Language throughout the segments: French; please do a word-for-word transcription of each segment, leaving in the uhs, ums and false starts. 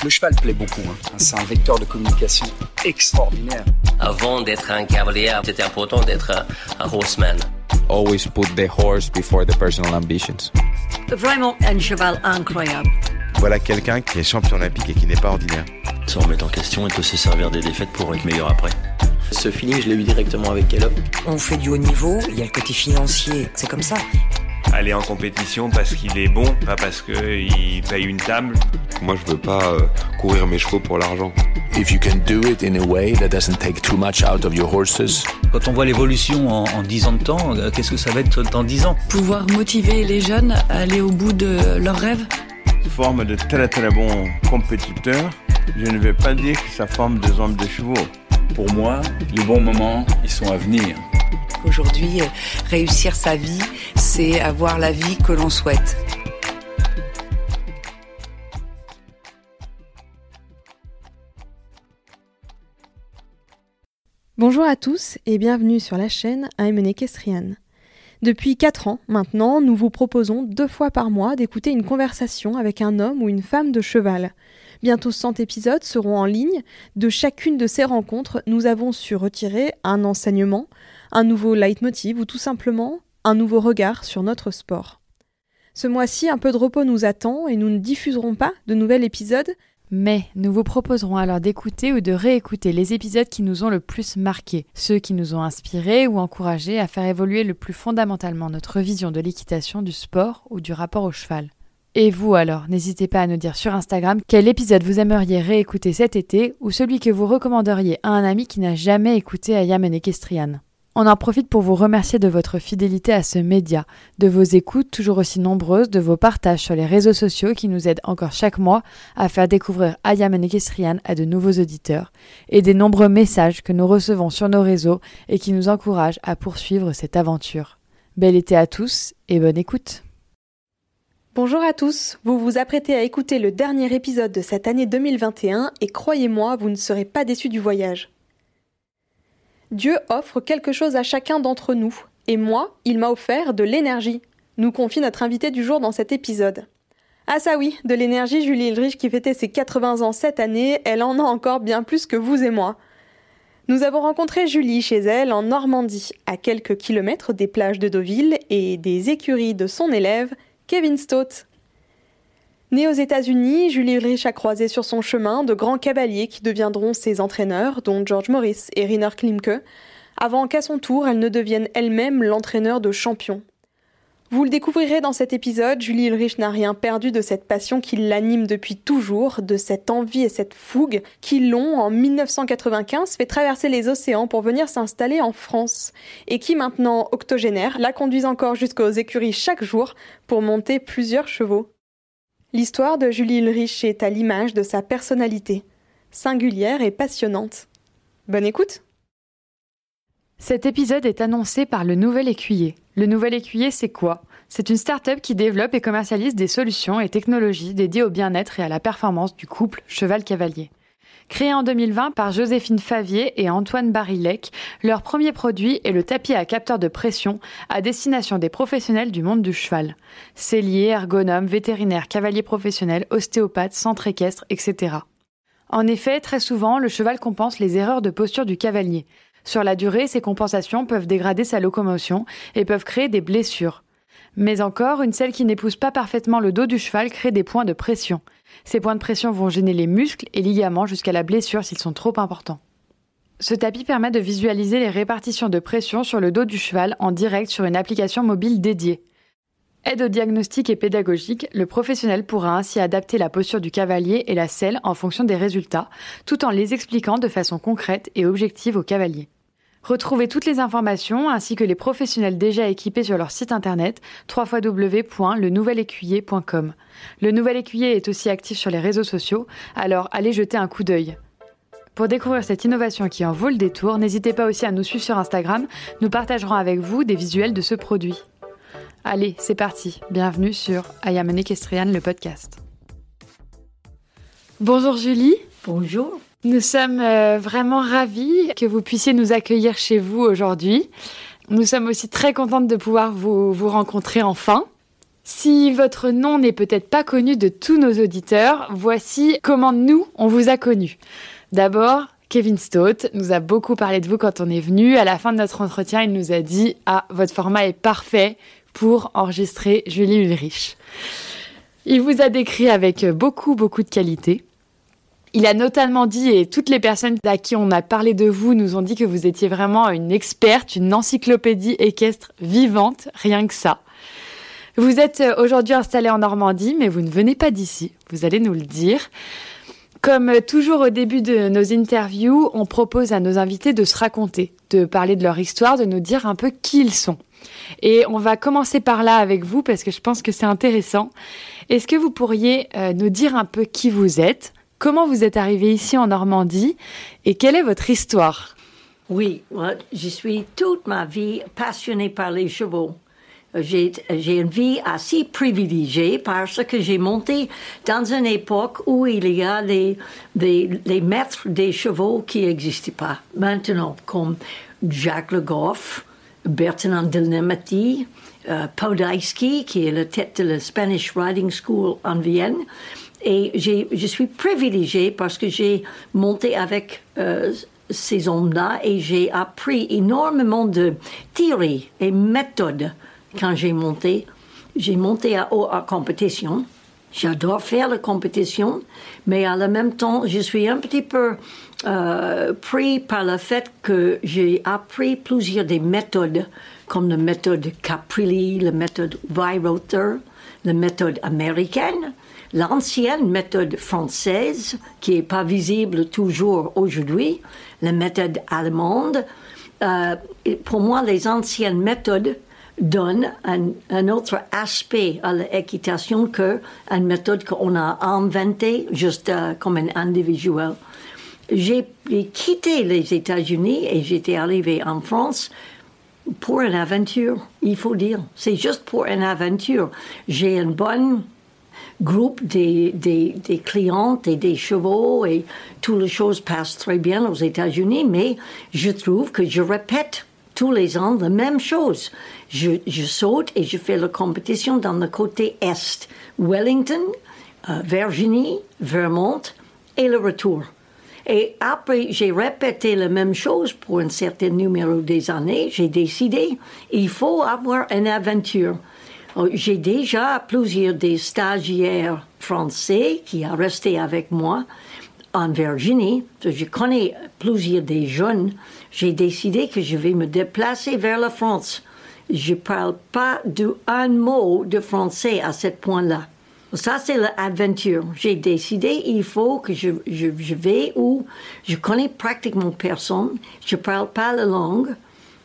Le cheval plaît beaucoup, hein. C'est un vecteur de communication extraordinaire. Avant d'être un cavalier, c'était important d'être un, un horseman. Always put the horse before the personal ambitions. Vraiment un cheval incroyable. Voilà quelqu'un qui est champion olympique et qui n'est pas ordinaire. Sans remettre en question, il peut se servir des défaites pour être meilleur après. Ce feeling, je l'ai eu directement avec Caleb. On fait du haut niveau, il y a le côté financier, c'est comme ça. Aller en compétition parce qu'il est bon, pas parce qu'il paye une table. Moi, je veux pas euh, courir mes chevaux pour l'argent. If you can do it in a way that doesn't take too much out of your horses. Quand on voit l'évolution en, en dix ans de temps, euh, qu'est-ce que ça va être dans dix ans ? Pouvoir motiver les jeunes à aller au bout de leurs rêves. Forme de très très bons compétiteurs. Je ne vais pas dire que ça forme des hommes de chevaux. Pour moi, les bons moments, ils sont à venir. Aujourd'hui, réussir sa vie, c'est avoir la vie que l'on souhaite. Bonjour à tous et bienvenue sur la chaîne I'm an Equestrian. Depuis quatre ans maintenant, nous vous proposons deux fois par mois d'écouter une conversation avec un homme ou une femme de cheval. Bientôt cent épisodes seront en ligne. De chacune de ces rencontres, nous avons su retirer un enseignement, un nouveau leitmotiv ou tout simplement un nouveau regard sur notre sport. Ce mois-ci, un peu de repos nous attend et nous ne diffuserons pas de nouvel épisode. Mais nous vous proposerons alors d'écouter ou de réécouter les épisodes qui nous ont le plus marqués, ceux qui nous ont inspirés ou encouragés à faire évoluer le plus fondamentalement notre vision de l'équitation, du sport ou du rapport au cheval. Et vous alors, n'hésitez pas à nous dire sur Instagram quel épisode vous aimeriez réécouter cet été ou celui que vous recommanderiez à un ami qui n'a jamais écouté I'm an Equestrian. On en profite pour vous remercier de votre fidélité à ce média, de vos écoutes toujours aussi nombreuses, de vos partages sur les réseaux sociaux qui nous aident encore chaque mois à faire découvrir I'm an Equestrian à de nouveaux auditeurs, et des nombreux messages que nous recevons sur nos réseaux et qui nous encouragent à poursuivre cette aventure. Bel été à tous et bonne écoute. Bonjour à tous, vous vous apprêtez à écouter le dernier épisode de cette année deux mille vingt et un et croyez-moi, vous ne serez pas déçus du voyage. Dieu offre quelque chose à chacun d'entre nous, et moi, il m'a offert de l'énergie, nous confie notre invité du jour dans cet épisode. Ah ça oui, de l'énergie, Julie Ulrich qui fêtait ses quatre-vingts ans cette année, elle en a encore bien plus que vous et moi. Nous avons rencontré Julie chez elle en Normandie, à quelques kilomètres des plages de Deauville et des écuries de son élève, Kevin Stott. Née aux États-Unis, Julie Ulrich a croisé sur son chemin de grands cavaliers qui deviendront ses entraîneurs, dont George Morris et Riner Klimke, avant qu'à son tour, elle ne devienne elle-même l'entraîneur de champions. Vous le découvrirez dans cet épisode, Julie Ulrich n'a rien perdu de cette passion qui l'anime depuis toujours, de cette envie et cette fougue qui l'ont, en dix-neuf cent quatre-vingt-quinze, fait traverser les océans pour venir s'installer en France, et qui maintenant, octogénaire, la conduisent encore jusqu'aux écuries chaque jour pour monter plusieurs chevaux. L'histoire de Julie Ulrich est à l'image de sa personnalité, singulière et passionnante. Bonne écoute! Cet épisode est annoncé par Le Nouvel Écuyer. Le Nouvel Écuyer, c'est quoi ? C'est une start-up qui développe et commercialise des solutions et technologies dédiées au bien-être et à la performance du couple cheval-cavalier. Créé en deux mille vingt par Joséphine Favier et Antoine Barilec, leur premier produit est le tapis à capteur de pression à destination des professionnels du monde du cheval. Selliers, ergonomes, vétérinaires, cavaliers professionnels, ostéopathes, centres équestres, et cetera. En effet, très souvent, le cheval compense les erreurs de posture du cavalier. Sur la durée, ces compensations peuvent dégrader sa locomotion et peuvent créer des blessures. Mais encore, une selle qui n'épouse pas parfaitement le dos du cheval crée des points de pression. Ces points de pression vont gêner les muscles et ligaments jusqu'à la blessure s'ils sont trop importants. Ce tapis permet de visualiser les répartitions de pression sur le dos du cheval en direct sur une application mobile dédiée. Aide au diagnostic et pédagogique, le professionnel pourra ainsi adapter la posture du cavalier et la selle en fonction des résultats, tout en les expliquant de façon concrète et objective au cavalier. Retrouvez toutes les informations ainsi que les professionnels déjà équipés sur leur site internet w w w point le nouvel écuyer point com. Le Nouvel Écuyer est aussi actif sur les réseaux sociaux, alors allez jeter un coup d'œil. Pour découvrir cette innovation qui en vaut le détour, n'hésitez pas aussi à nous suivre sur Instagram, nous partagerons avec vous des visuels de ce produit. Allez, c'est parti, bienvenue sur I'm an Equestrian, le podcast. Bonjour Julie. Bonjour. Nous sommes euh, vraiment ravis que vous puissiez nous accueillir chez vous aujourd'hui. Nous sommes aussi très contentes de pouvoir vous, vous rencontrer enfin. Si votre nom n'est peut-être pas connu de tous nos auditeurs, voici comment nous, on vous a connus. D'abord, Kevin Stott nous a beaucoup parlé de vous quand on est venu. À la fin de notre entretien, il nous a dit « Ah, votre format est parfait pour enregistrer Julie Ulrich ». Il vous a décrit avec beaucoup, beaucoup de qualité. Il a notamment dit, et toutes les personnes à qui on a parlé de vous nous ont dit que vous étiez vraiment une experte, une encyclopédie équestre vivante, rien que ça. Vous êtes aujourd'hui installé en Normandie, mais vous ne venez pas d'ici, vous allez nous le dire. Comme toujours au début de nos interviews, on propose à nos invités de se raconter, de parler de leur histoire, de nous dire un peu qui ils sont. Et on va commencer par là avec vous, parce que je pense que c'est intéressant. Est-ce que vous pourriez euh, nous dire un peu qui vous êtes, comment vous êtes arrivé ici en Normandie, et quelle est votre histoire ? Oui, je suis toute ma vie passionnée par les chevaux. J'ai, j'ai une vie assez privilégiée parce que j'ai monté dans une époque où il y a les, les, les maîtres des chevaux qui n'existaient pas maintenant, comme Jacques Le Goff, Bertrand de Lemaitre, euh, Podolsky, qui est la tête de la Spanish Riding School en Vienne. Et j'ai, je suis privilégiée parce que j'ai monté avec euh, ces hommes-là et j'ai appris énormément de théories et méthodes. Quand j'ai monté, j'ai monté à haute compétition. J'adore faire la compétition, mais en même temps, je suis un petit peu euh, pris par le fait que j'ai appris plusieurs des méthodes, comme la méthode Caprilli, la méthode Weirother, la méthode américaine, l'ancienne méthode française, qui n'est pas visible toujours aujourd'hui, la méthode allemande. Euh, pour moi, les anciennes méthodes donne un, un autre aspect à l'équitation qu'une méthode qu'on a inventée juste uh, comme un individuel. J'ai quitté les États-Unis et j'étais arrivée en France pour une aventure, il faut dire. C'est juste pour une aventure. J'ai un bon groupe des, des, des clientes et des chevaux et toutes les choses passent très bien aux États-Unis, mais je trouve que je répète tous les ans la même chose. Je, je saute et je fais la compétition dans le côté Est. Wellington, euh, Virginie, Vermont et le retour. Et après, j'ai répété la même chose pour un certain numéro des années. J'ai décidé, il faut avoir une aventure. J'ai déjà plusieurs des stagiaires français qui ont resté avec moi en Virginie. Je connais plusieurs des jeunes. J'ai décidé que je vais me déplacer vers la France. Je ne parle pas d'un mot de français à ce point-là. Ça, c'est l'aventure. J'ai décidé, il faut que je, je, je vais où je connais pratiquement personne, je ne parle pas la langue,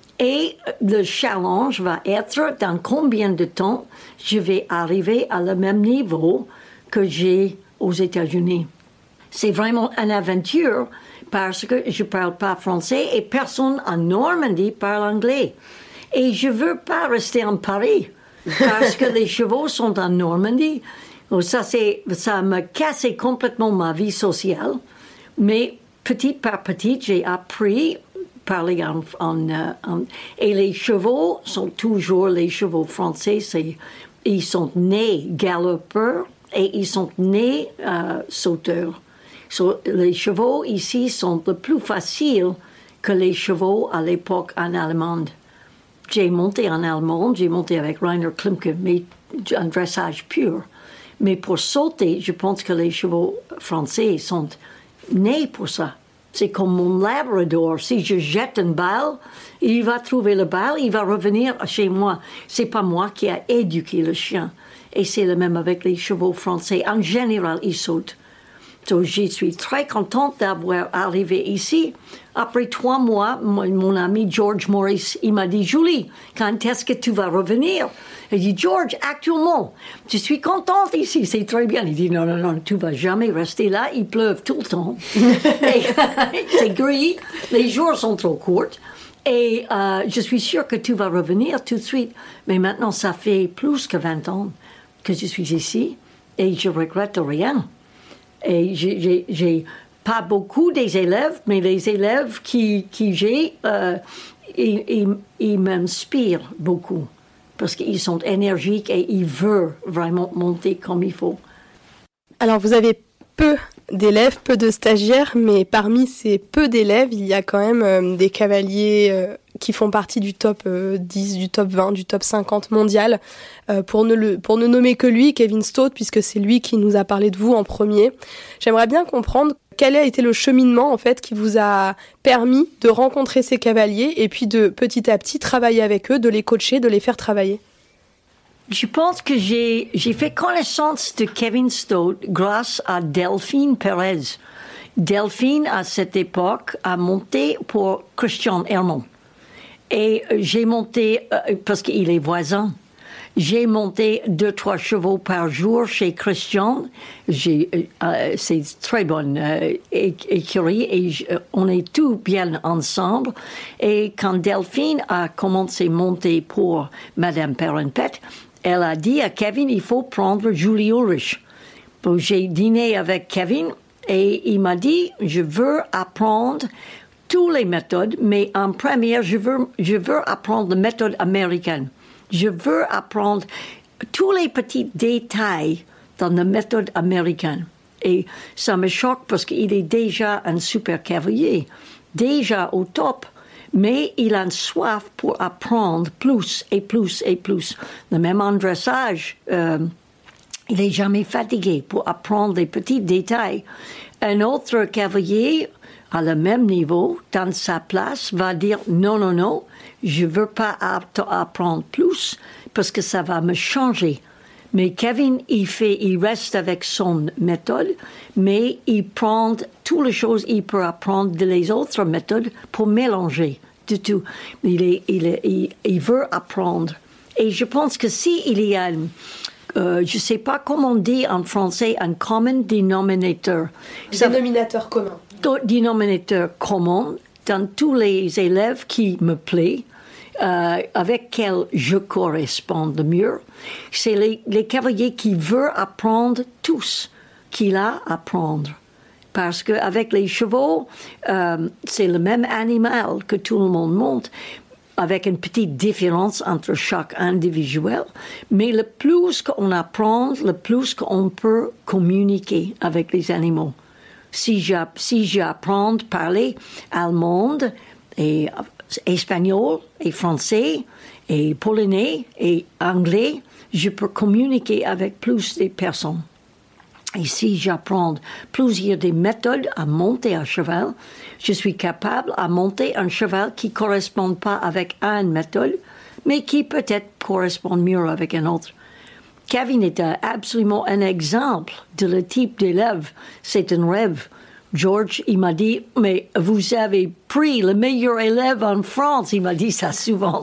et le challenge va être dans combien de temps je vais arriver à le même niveau que j'ai aux États-Unis. C'est vraiment une aventure parce que je ne parle pas français et personne en Normandie parle anglais. Et je ne veux pas rester en Paris parce que les chevaux sont en Normandie. Ça, c'est, ça m'a cassé complètement ma vie sociale. Mais petit par petit, j'ai appris à parler en... en, en et les chevaux sont toujours les chevaux français. C'est, ils sont nés galopeurs et ils sont nés euh, sauteurs. So, les chevaux ici sont le plus faciles que les chevaux à l'époque en Allemagne. J'ai monté en Allemagne, j'ai monté avec Rainer Klimke, mais un dressage pur. Mais pour sauter, je pense que les chevaux français sont nés pour ça. C'est comme mon labrador. Si je jette une balle, il va trouver la balle, il va revenir chez moi. C'est pas moi qui ai éduqué le chien. Et c'est le même avec les chevaux français. En général, ils sautent. Donc, je suis très contente d'avoir arrivé ici. Après trois mois, mon, mon ami George Morris, il m'a dit, Julie, quand est-ce que tu vas revenir? Il dit, George, actuellement, je suis contente ici, c'est très bien. Il dit, non, non, non, tu vas jamais rester là, il pleuve tout le temps. Et, c'est gris, les jours sont trop courts. Et euh, je suis sûre que tu vas revenir tout de suite. Mais maintenant, ça fait plus que vingt ans que je suis ici et je regrette rien. Et j'ai, j'ai, j'ai pas beaucoup des élèves, mais les élèves qui, qui j'ai, euh, ils, ils, ils m'inspirent beaucoup. parce qu'ils sont énergiques et ils veulent vraiment monter comme il faut. Alors vous avez peu d'élèves, peu de stagiaires, mais parmi ces peu d'élèves, il y a quand même euh, des cavaliers euh, qui font partie du top euh, dix, du top vingt, du top cinquante mondial. Euh, pour, ne le, pour ne nommer que lui, Kevin Stott, puisque c'est lui qui nous a parlé de vous en premier. J'aimerais bien comprendre quel a été le cheminement en fait qui vous a permis de rencontrer ces cavaliers et puis de petit à petit travailler avec eux, de les coacher, de les faire travailler. Je pense que j'ai, j'ai fait connaissance de Kevin Stott grâce à Delphine Perez. Delphine, à cette époque, a monté pour Christian Hermont. Et j'ai monté, euh, parce qu'il est voisin, j'ai monté deux, trois chevaux par jour chez Christian. J'ai, euh, c'est très bonne euh, écurie et je, on est tout bien ensemble. Et quand Delphine a commencé à monter pour Madame Perrin-Pet, elle a dit à Kevin, il faut prendre Julie Ulrich. Donc, j'ai dîné avec Kevin et il m'a dit, je veux apprendre toutes les méthodes, mais en première, je veux, je veux apprendre la méthode américaine. Je veux apprendre tous les petits détails dans la méthode américaine. Et ça me choque parce qu'il est déjà un super cavalier, déjà au top. Mais il a une soif pour apprendre plus et plus et plus. Le même en dressage, euh, il n'est jamais fatigué pour apprendre les petits détails. Un autre cavalier, à le même niveau, dans sa place, va dire non, non, non, je ne veux pas apprendre plus parce que ça va me changer. Mais Kevin, il fait, il reste avec son méthode, mais il prend toutes les choses qu'il peut apprendre de les autres méthodes pour mélanger de tout. Il, est, il, est, il, il veut apprendre. Et je pense que s'il y a, euh, je ne sais pas comment on dit en français, un common denominator. Dénominateur commun. Dénominateur commun dans tous les élèves qui me plaisent, euh, avec quels je correspond le mieux, c'est les, les cavaliers qui veulent apprendre tous qu'il a à apprendre. Parce qu'avec les chevaux, euh, c'est le même animal que tout le monde monte, avec une petite différence entre chaque individuel. Mais le plus qu'on apprend, le plus qu'on peut communiquer avec les animaux. Si j'apprends si j'apprends à parler allemand et espagnol et français et polonais et anglais, je peux communiquer avec plus de personnes. Et si j'apprends plusieurs des méthodes à monter à cheval, je suis capable à monter un cheval qui ne correspond pas avec une méthode, mais qui peut-être correspond mieux avec un autre. Kevin est absolument un exemple de le type d'élève. C'est un rêve. George, il m'a dit, mais vous avez pris le meilleur élève en France. Il m'a dit ça souvent.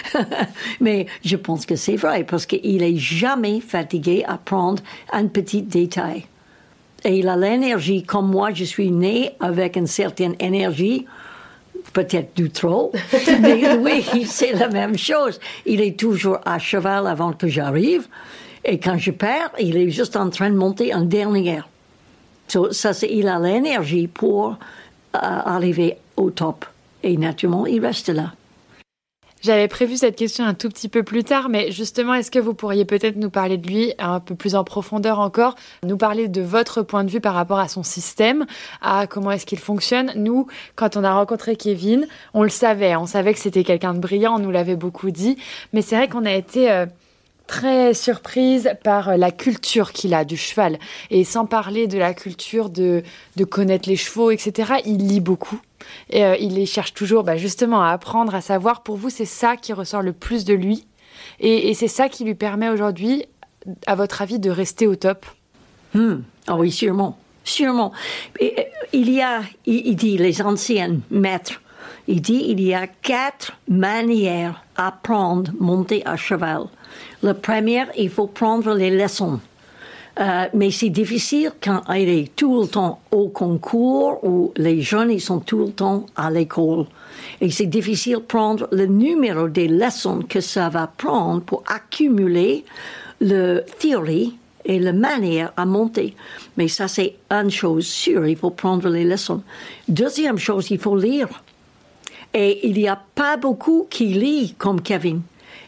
Mais je pense que c'est vrai, parce qu'il n'est jamais fatigué à prendre un petit détail. Et il a l'énergie, comme moi, je suis née avec une certaine énergie, peut-être du trop, mais oui, c'est la même chose. Il est toujours à cheval avant que j'arrive, et quand je pars, il est juste en train de monter en dernière. So, ça, c'est, il a l'énergie pour euh, arriver au top. Et naturellement, il reste là. J'avais prévu cette question un tout petit peu plus tard, mais justement, est-ce que vous pourriez peut-être nous parler de lui un peu plus en profondeur encore, nous parler de votre point de vue par rapport à son système, à comment est-ce qu'il fonctionne. Nous, quand on a rencontré Kevin, on le savait, on savait que c'était quelqu'un de brillant, on nous l'avait beaucoup dit, mais c'est vrai qu'on a été... Euh, très surprise par la culture qu'il a du cheval. Et sans parler de la culture de, de connaître les chevaux, et cetera, il lit beaucoup. Et euh, il les cherche toujours bah, justement à apprendre, à savoir. Pour vous, c'est ça qui ressort le plus de lui. Et, et c'est ça qui lui permet aujourd'hui, à votre avis, de rester au top. Hmm. Ah oui, sûrement. Sûrement. Et, il y a, il, il dit, les anciens maîtres, il dit, il y a quatre manières d'apprendre à monter à cheval. La première, il faut prendre les leçons. Euh, mais c'est difficile quand il est tout le temps au concours ou les jeunes ils sont tout le temps à l'école. Et c'est difficile de prendre le numéro des leçons que ça va prendre pour accumuler la théorie et la manière à monter. Mais ça, c'est une chose sûre, il faut prendre les leçons. Deuxième chose, il faut lire. Et il n'y a pas beaucoup qui lisent comme Kevin.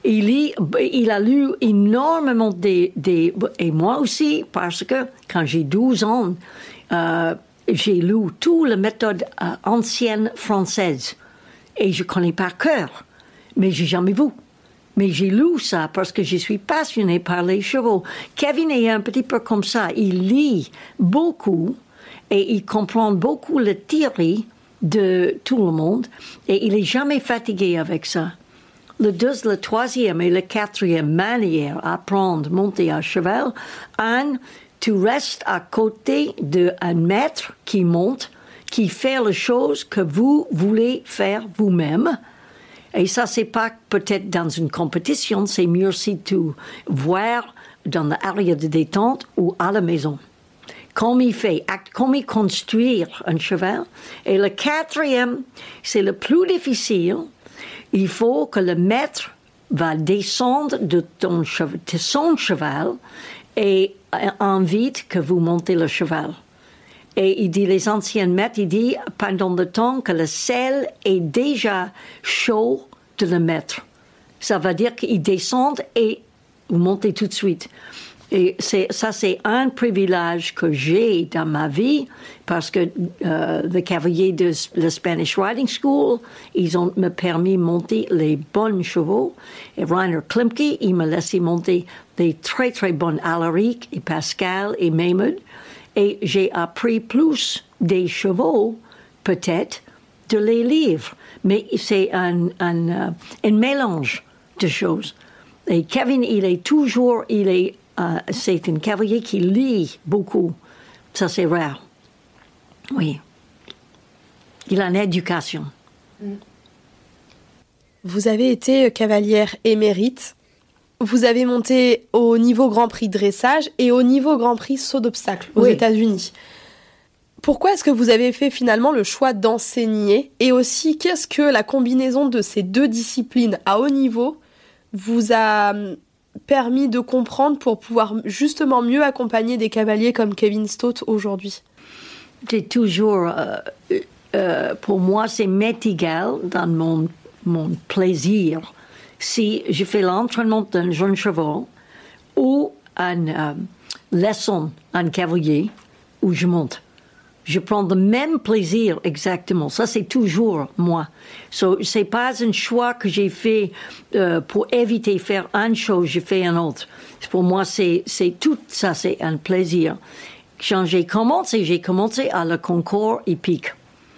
Il, lit, il a lu énormément des, des... Et moi aussi, parce que quand j'ai douze ans, euh, j'ai lu toute la méthode euh, ancienne française. Et je connais par cœur. Mais j'ai jamais vu. Mais j'ai lu ça parce que je suis passionnée par les chevaux. Kevin est un petit peu comme ça. Il lit beaucoup et il comprend beaucoup la théorie de tout le monde et il n'est jamais fatigué avec ça. Le deux, le troisième et le quatrième manière d'apprendre à monter à cheval, un, tu restes à côté d'un maître qui monte, qui fait les choses que vous voulez faire vous-même. Et ça, c'est pas peut-être dans une compétition, c'est mieux si tu vois dans l'area de détente ou à la maison. Comme il fait, comme il construit un cheval. Et le quatrième, c'est le plus difficile. Il faut que le maître va descendre de, ton cheval, de son cheval et invite que vous montez le cheval. Et il dit, les anciens maîtres, il dit, pendant le temps que le sel est déjà chaud de le mettre. Ça veut dire qu'il descend et vous montez tout de suite. Et c'est, ça, c'est un privilège que j'ai dans ma vie parce que euh, les cavaliers de la Spanish Riding School, ils ont me permis de monter les bons chevaux. Et Rainer Klimke, il m'a laissé monter les très, très bons Alaric et Pascal et Mahmoud. Et j'ai appris plus des chevaux, peut-être, de les livres. Mais c'est un, un, uh, un mélange de choses. Et Kevin, il est toujours, il est, uh, c'est un cavalier qui lit beaucoup. Ça, c'est rare. Oui. Il a une éducation. Vous avez été cavalière émérite. Vous avez monté au niveau Grand Prix dressage et au niveau Grand Prix saut d'obstacle aux oui. États-Unis. Pourquoi est-ce que vous avez fait finalement le choix d'enseigner? Et aussi, qu'est-ce que la combinaison de ces deux disciplines à haut niveau vous a permis de comprendre pour pouvoir justement mieux accompagner des cavaliers comme Kevin Stott aujourd'hui? C'est toujours, euh, euh, pour moi, c'est m'est égal dans mon, mon plaisir. Si je fais l'entraînement d'un jeune cheval ou une euh, leçon, un cavalier où je monte, je prends le même plaisir exactement. Ça, c'est toujours moi. So, c'est pas un choix que j'ai fait euh, pour éviter de faire une chose, je fais un autre. Pour moi, c'est, c'est tout ça, c'est un plaisir. Quand j'ai commencé, j'ai commencé à le concours hippique.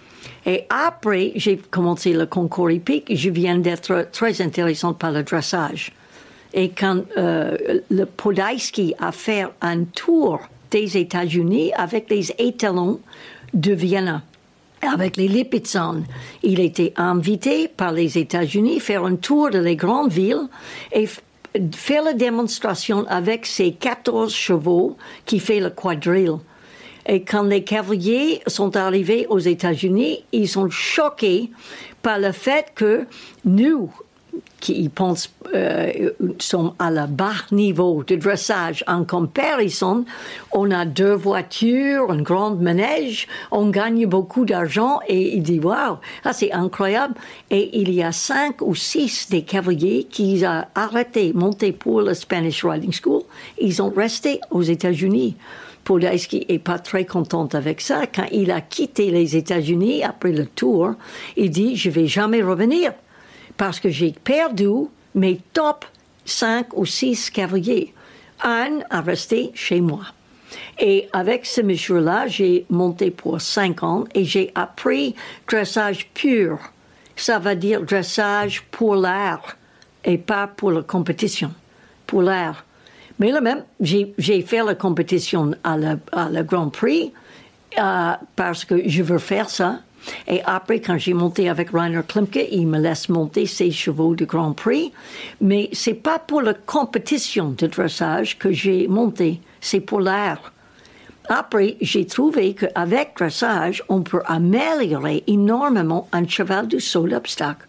Et après, j'ai commencé le concours hippique, je viens d'être très intéressante par le dressage. Et quand euh, le Podolsky a fait un tour des États-Unis avec les étalons de Vienne, avec les Lipizzaner, il était invité par les États-Unis à faire un tour de les grandes villes et f- faire la démonstration avec ses quatorze chevaux qui fait le quadrille. Et quand les cavaliers sont arrivés aux États-Unis, ils sont choqués par le fait que nous, qui pensent euh, sont à la bas niveau de dressage en comparaison, on a deux voitures, un grand manège, on gagne beaucoup d'argent et il dit waouh, ah, c'est incroyable. Et il y a cinq ou six des cavaliers qui ont arrêté de monter pour la Spanish Riding School, ils ont resté aux États-Unis. Podolsky n'est pas très content avec ça. Quand il a quitté les États-Unis après le tour, il dit je vais jamais revenir. Parce que j'ai perdu mes top cinq ou six cavaliers. Un a resté chez moi. Et avec ce monsieur-là, j'ai monté pour cinq ans et j'ai appris dressage pur. Ça veut dire dressage pour l'art et pas pour la compétition, pour l'art. Mais là même, j'ai, j'ai fait la compétition à la, à la Grand Prix euh, parce que je veux faire ça. Et après, quand j'ai monté avec Rainer Klimke, il me laisse monter ses chevaux de Grand Prix. Mais c'est pas pour la compétition de dressage que j'ai monté, c'est pour l'art. Après, j'ai trouvé qu'avec dressage, on peut améliorer énormément un cheval de saut d'obstacle.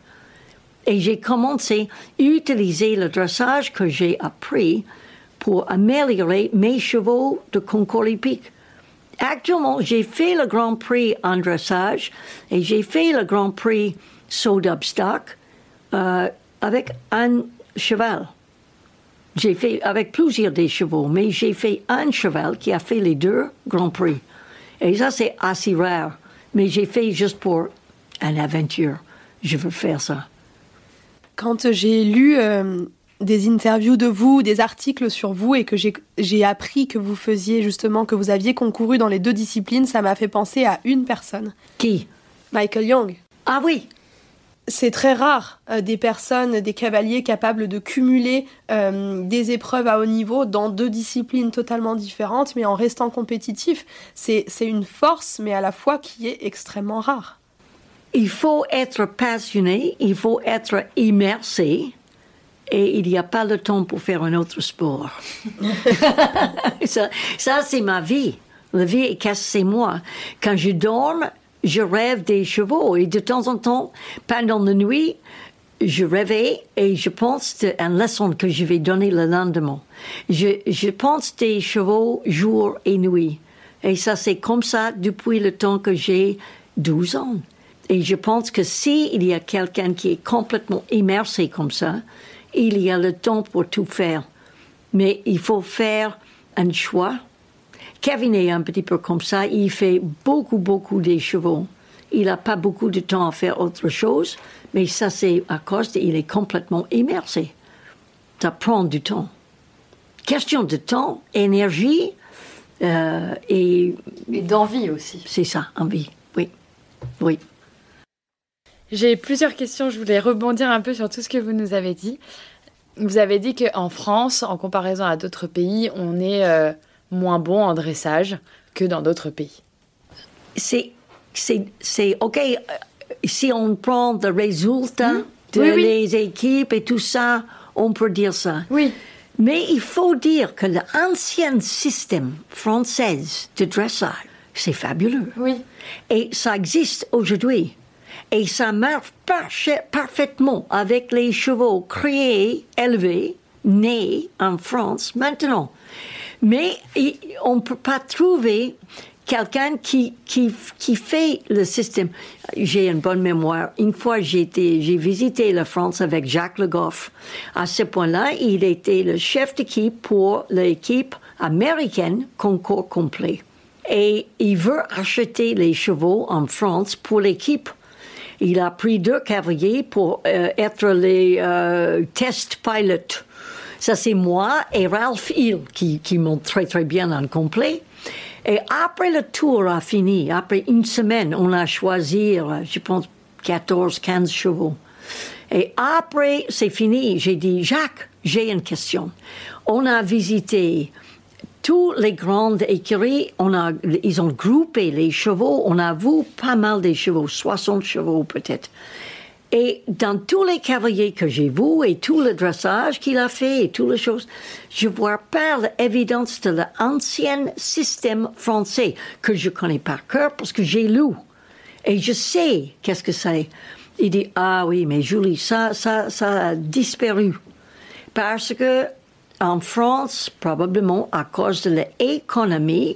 Et j'ai commencé à utiliser le dressage que j'ai appris pour améliorer mes chevaux de concours hippique. Actuellement, j'ai fait le Grand Prix en dressage et j'ai fait le Grand Prix saut d'obstacle euh, avec un, cheval. J'ai fait avec plusieurs des chevaux, mais j'ai fait un cheval qui a fait les deux Grands Prix. Et ça, c'est assez rare. Mais j'ai fait juste pour une aventure. Je veux faire ça. Quand j'ai lu euh, des interviews de vous, des articles sur vous, et que j'ai, j'ai appris que vous faisiez justement, que vous aviez concouru dans les deux disciplines, ça m'a fait penser à une personne. Qui? Michael Young. Ah oui. C'est très rare, euh, des personnes, des cavaliers capables de cumuler euh, des épreuves à haut niveau dans deux disciplines totalement différentes, mais en restant compétitif. C'est, c'est une force, mais à la fois qui est extrêmement rare. Il faut être passionné, il faut être immersé, et il n'y a pas le temps pour faire un autre sport. ça, ça, c'est ma vie. La vie, c'est moi. Quand je dors, je rêve des chevaux, et de temps en temps, pendant la nuit, je réveille et je pense à une leçon que je vais donner le lendemain. Je, je pense des chevaux jour et nuit. Et ça, c'est comme ça depuis le temps que j'ai douze ans. Et je pense que s'il y a quelqu'un qui est complètement immersé comme ça, il y a le temps pour tout faire. Mais il faut faire un choix. Kevin est un petit peu comme ça. Il fait beaucoup, beaucoup des chevaux. Il n'a pas beaucoup de temps à faire autre chose. Mais ça, c'est à cause qu'il est complètement immersé. Ça prend du temps. Question de temps, énergie euh, et... Et d'envie aussi. C'est ça, envie. Oui. Oui. J'ai plusieurs questions. Je voulais rebondir un peu sur tout ce que vous nous avez dit. Vous avez dit qu'en France, en comparaison à d'autres pays, on est... Euh, moins bon en dressage que dans d'autres pays. C'est, c'est, c'est OK, si on prend le résultat mmh. de oui, oui. les équipes et tout ça, on peut dire ça. Oui. Mais il faut dire que l'ancien système français de dressage, c'est fabuleux. Oui. Et ça existe aujourd'hui. Et ça marche parche- parfaitement avec les chevaux créés, élevés, nés en France maintenant. Mais on ne peut pas trouver quelqu'un qui, qui, qui fait le système. J'ai une bonne mémoire. Une fois, j'ai, été, j'ai visité la France avec Jacques Le Goff. À ce point-là, il était le chef d'équipe pour l'équipe américaine concours complet. Et il veut acheter les chevaux en France pour l'équipe. Il a pris deux cavaliers pour euh, être les euh, test pilotes. Ça, c'est moi et Ralph Hill qui, qui montent très, très bien en complet. Et après le tour a fini, après une semaine, on a choisi, je pense, quatorze, quinze chevaux. Et après, c'est fini. J'ai dit, Jacques, j'ai une question. On a visité toutes les grandes écuries. On a, ils ont groupé les chevaux. On a vu pas mal de chevaux, soixante chevaux peut-être. Et dans tous les cavaliers que j'ai vus et tout le dressage qu'il a fait et toutes les choses, je vois pas l'évidence de l'ancien système français que je connais par cœur parce que j'ai lu. Et je sais qu'est-ce que c'est. Il dit, ah oui, mais Julie, ça, ça, ça a disparu. Parce que en France, probablement à cause de l'économie,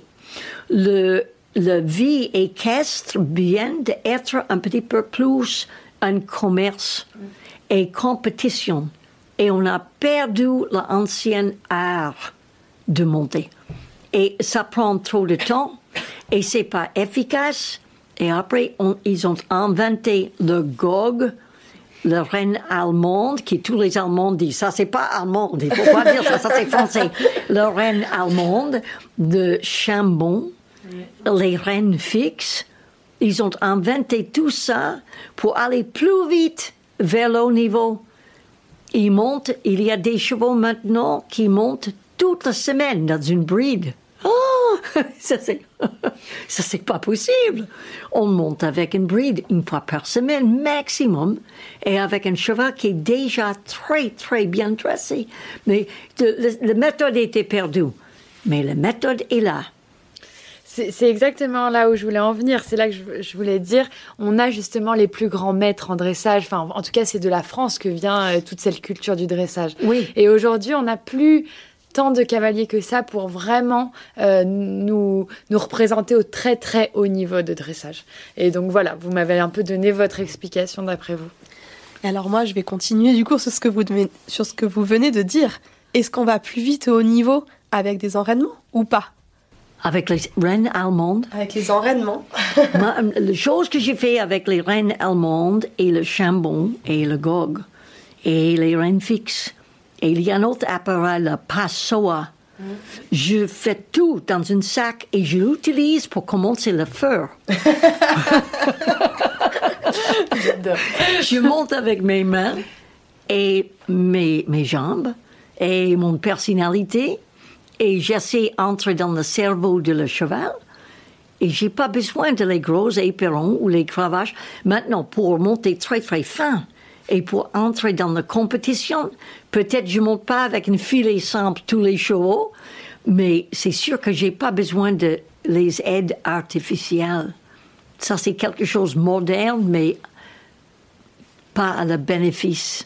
le, la vie équestre vient d'être un petit peu plus un commerce et compétition. Et on a perdu l'ancien art de monter. Et ça prend trop de temps et c'est pas efficace. Et après, on, ils ont inventé le Gog, le reine allemande, qui tous les Allemands disent, ça c'est pas allemand, il faut pas dire ça, ça c'est français. Le reine allemande de Chambon, les reines fixes. Ils ont inventé tout ça pour aller plus vite vers le haut niveau. Ils montent, il y a des chevaux maintenant qui montent toute la semaine dans une bride. Oh, ça c'est, ça c'est pas possible. On monte avec une bride une fois par semaine maximum et avec un cheval qui est déjà très très bien dressé. Mais la méthode était perdue, mais la méthode est là. C'est, c'est exactement là où je voulais en venir. C'est là que je, je voulais dire, on a justement les plus grands maîtres en dressage. Enfin, en tout cas, c'est de la France que vient euh, toute cette culture du dressage. Oui. Et aujourd'hui, on n'a plus tant de cavaliers que ça pour vraiment euh, nous, nous représenter au très, très haut niveau de dressage. Et donc voilà, vous m'avez un peu donné votre explication d'après vous. Et alors moi, je vais continuer du coup sur ce que vous, devez, sur ce que vous venez de dire. Est-ce qu'on va plus vite au haut niveau avec des enraînements ou pas? Avec les rennes allemandes. Avec les enraînements. Ma, la chose que j'ai fait avec les rennes allemandes et le chambon et le gog et les rennes fixes. Et il y a un autre appareil, le passoa. Mm. Je fais tout dans un sac et je l'utilise pour commencer le feu. Je monte avec mes mains et mes, mes jambes et mon personnalité et j'essaie d'entrer dans le cerveau de le cheval et j'ai pas besoin de les gros éperons ou les cravaches. Maintenant, pour monter très très fin et pour entrer dans la compétition, peut-être je monte pas avec un filet simple tous les chevaux, mais c'est sûr que j'ai pas besoin de les aides artificielles. Ça, c'est quelque chose de moderne, mais pas à le bénéfice.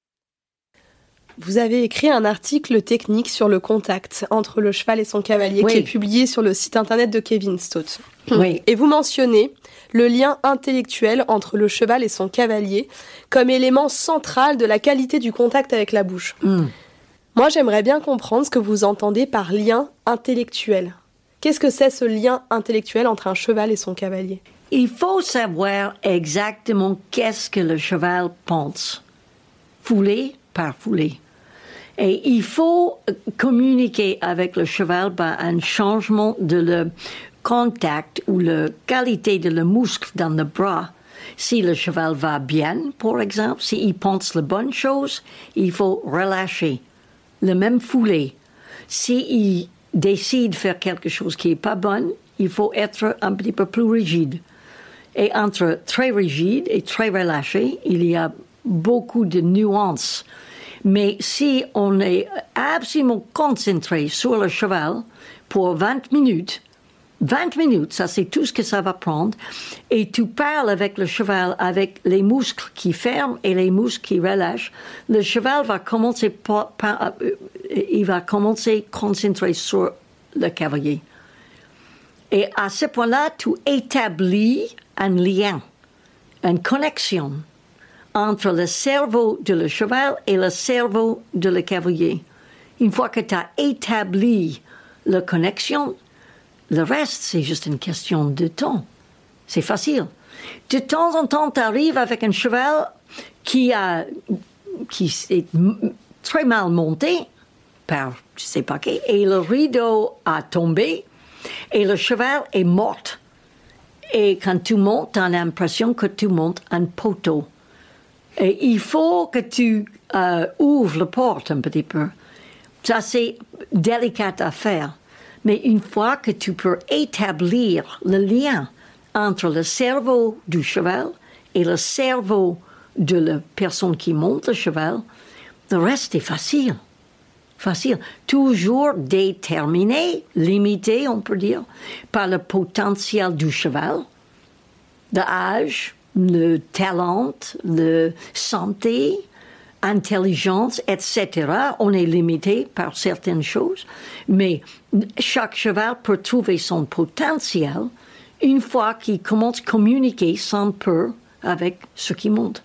Vous avez écrit un article technique sur le contact entre le cheval et son cavalier, oui, qui est publié sur le site internet de Kevin Stott. Oui. Et vous mentionnez le lien intellectuel entre le cheval et son cavalier comme élément central de la qualité du contact avec la bouche. Mm. Moi, j'aimerais bien comprendre ce que vous entendez par lien intellectuel. Qu'est-ce que c'est ce lien intellectuel entre un cheval et son cavalier? Il faut savoir exactement qu'est-ce que le cheval pense, foulée par foulée. Et il faut communiquer avec le cheval par un changement de le contact ou la qualité de le muscle dans le bras. Si le cheval va bien, par exemple, s'il pense la bonne chose, il faut relâcher. Le même foulée. S'il décide de faire quelque chose qui n'est pas bon, il faut être un petit peu plus rigide. Et entre très rigide et très relâché, il y a beaucoup de nuances. Mais si on est absolument concentré sur le cheval pour vingt minutes, vingt minutes, ça c'est tout ce que ça va prendre, et tu parles avec le cheval avec les muscles qui ferment et les muscles qui relâchent, le cheval va commencer par, par, il va commencer à concentrer sur le cavalier. Et à ce point-là, tu établis un lien, une connexion entre le cerveau de le cheval et le cerveau de le cavalier. Une fois que tu as établi la connexion, le reste, c'est juste une question de temps. C'est facile. De temps en temps, tu arrives avec un cheval qui, a, qui est très mal monté par je ne sais pas qui, et le rideau a tombé et le cheval est mort. Et quand tu montes, tu as l'impression que tu montes un poteau. Et il faut que tu euh, ouvres la porte un petit peu. Ça, c'est délicat à faire. Mais une fois que tu peux établir le lien entre le cerveau du cheval et le cerveau de la personne qui monte le cheval, le reste est facile. Facile. Toujours déterminé, limité, on peut dire, par le potentiel du cheval, l'âge, le talent, la santé, intelligence, et cetera. On est limité par certaines choses, mais chaque cheval peut trouver son potentiel une fois qu'il commence à communiquer sans peur avec ce qui monte.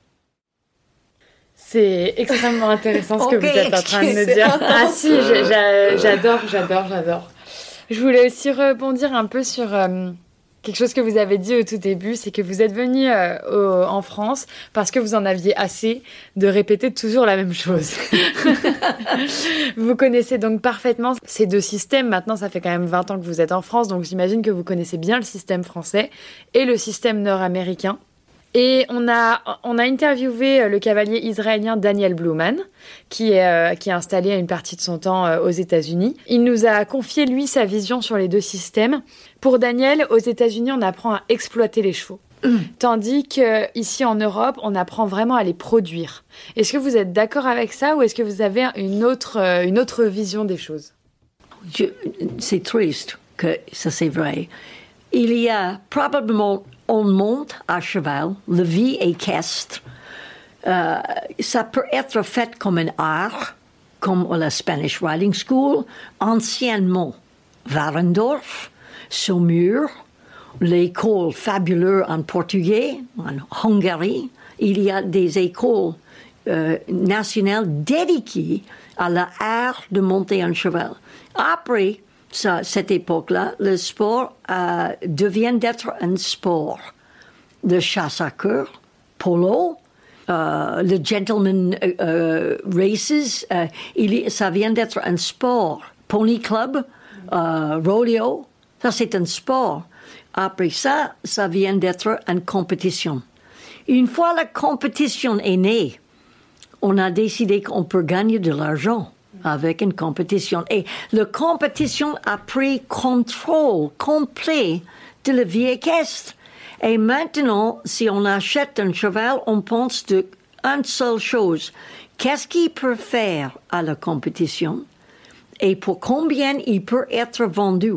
C'est extrêmement intéressant ce okay, que vous êtes en train de me dire. Ah si, j'adore, j'adore, j'adore. Je voulais aussi rebondir un peu sur euh, quelque chose que vous avez dit au tout début, c'est que vous êtes venu euh, au, en France parce que vous en aviez assez de répéter toujours la même chose. Vous connaissez donc parfaitement ces deux systèmes. Maintenant, ça fait quand même vingt ans que vous êtes en France, donc j'imagine que vous connaissez bien le système français et le système nord-américain. Et on a, on a interviewé le cavalier israélien Daniel Bluman, qui est, euh, qui est installé à une partie de son temps euh, aux États-Unis. Il nous a confié, lui, sa vision sur les deux systèmes. Pour Daniel, aux États-Unis, on apprend à exploiter les chevaux. Mmh. Tandis qu'ici, en Europe, on apprend vraiment à les produire. Est-ce que vous êtes d'accord avec ça ou est-ce que vous avez une autre, euh, une autre vision des choses? Je, c'est triste que ça, c'est vrai. Il y a probablement... On monte à cheval, la vie équestre. Euh, ça peut être fait comme un art, comme la Spanish Riding School, anciennement Warendorf, Saumur, l'école fabuleuse en portugais, en Hongrie, il y a des écoles euh, nationales dédiées à l'art de monter un cheval. Après ça, cette époque-là, le sport euh, devient d'être un sport. Le chasse à queue, polo, euh, le gentleman euh, races, euh, il, ça vient d'être un sport. Pony club, euh, rodeo, ça c'est un sport. Après ça, ça vient d'être une compétition. Une fois la compétition est née, on a décidé qu'on peut gagner de l'argent avec une compétition. Et la compétition a pris contrôle complet de la vie équestre. Et maintenant, si on achète un cheval, on pense de une seule chose. Qu'est-ce qu'il peut faire à la compétition et pour combien il peut être vendu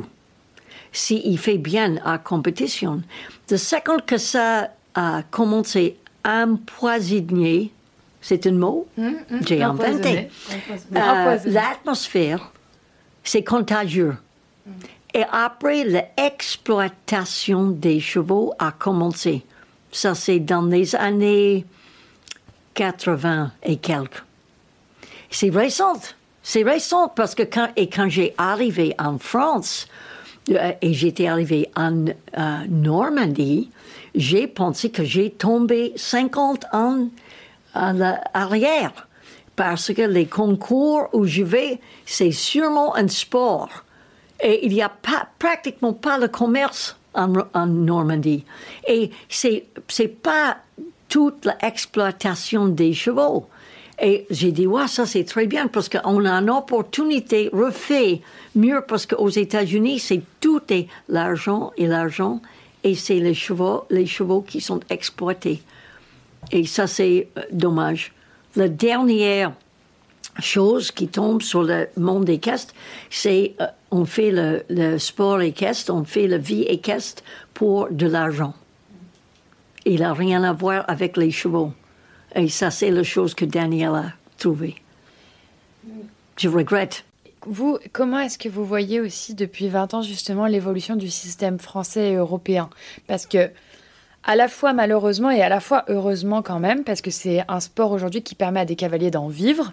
s'il fait bien à la compétition. De seconde que ça a commencé à empoisonner, c'est un mot, mmh, mmh, j'ai inventé. Euh, l'atmosphère, c'est contagieux. Mmh. Et après, l'exploitation des chevaux a commencé. Ça, c'est dans les années quatre-vingts et quelques. C'est récent. C'est récent parce que quand, et quand j'ai arrivé en France, euh, et j'étais arrivé en euh, Normandie, j'ai pensé que j'ai tombé cinquante ans à l'arrière. Parce que les concours où je vais, c'est sûrement un sport. Et il n'y a pas, pratiquement pas le commerce en, en Normandie. Et c'est, c'est pas toute l'exploitation des chevaux. Et j'ai dit, ouais, ça c'est très bien parce qu'on a une opportunité refait mieux parce qu'aux États-Unis, c'est tout est l'argent et l'argent et c'est les chevaux, les chevaux qui sont exploités. Et ça, c'est dommage. La dernière chose qui tombe sur le monde équestre, c'est euh, on fait le, le sport équestre, on fait la vie équestre pour de l'argent. Il n'a rien à voir avec les chevaux. Et ça, c'est la chose que Daniel a trouvée. Je regrette. Vous, comment est-ce que vous voyez aussi depuis vingt ans justement l'évolution du système français et européen ? Parce que à la fois malheureusement et à la fois heureusement quand même, parce que c'est un sport aujourd'hui qui permet à des cavaliers d'en vivre.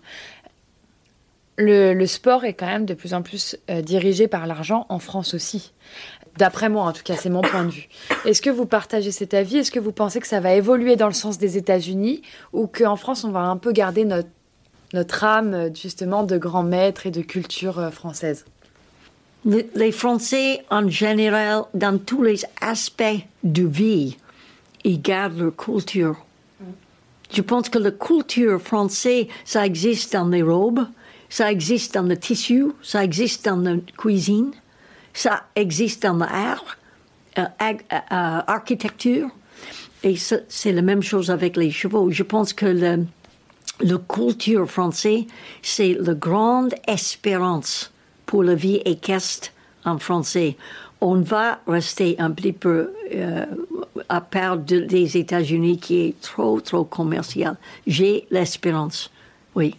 Le, le sport est quand même de plus en plus euh, dirigé par l'argent en France aussi. D'après moi, en tout cas, c'est mon point de vue. Est-ce que vous partagez cet avis ? Est-ce que vous pensez que ça va évoluer dans le sens des États-Unis ou qu'en France, on va un peu garder notre, notre âme justement de grands maîtres et de culture euh, française ? Les Français, en général, dans tous les aspects de vie, ils gardent leur culture. Mm. Je pense que la culture française, ça existe dans les robes, ça existe dans le tissu, ça existe dans la cuisine, ça existe dans l'art, euh, ag- euh, architecture, et ça, c'est la même chose avec les chevaux. Je pense que le, la culture française, c'est la grande espérance pour la vie équestre en français. On va rester un petit peu euh, à part de, des États-Unis qui est trop, trop commercial. J'ai l'espérance, oui.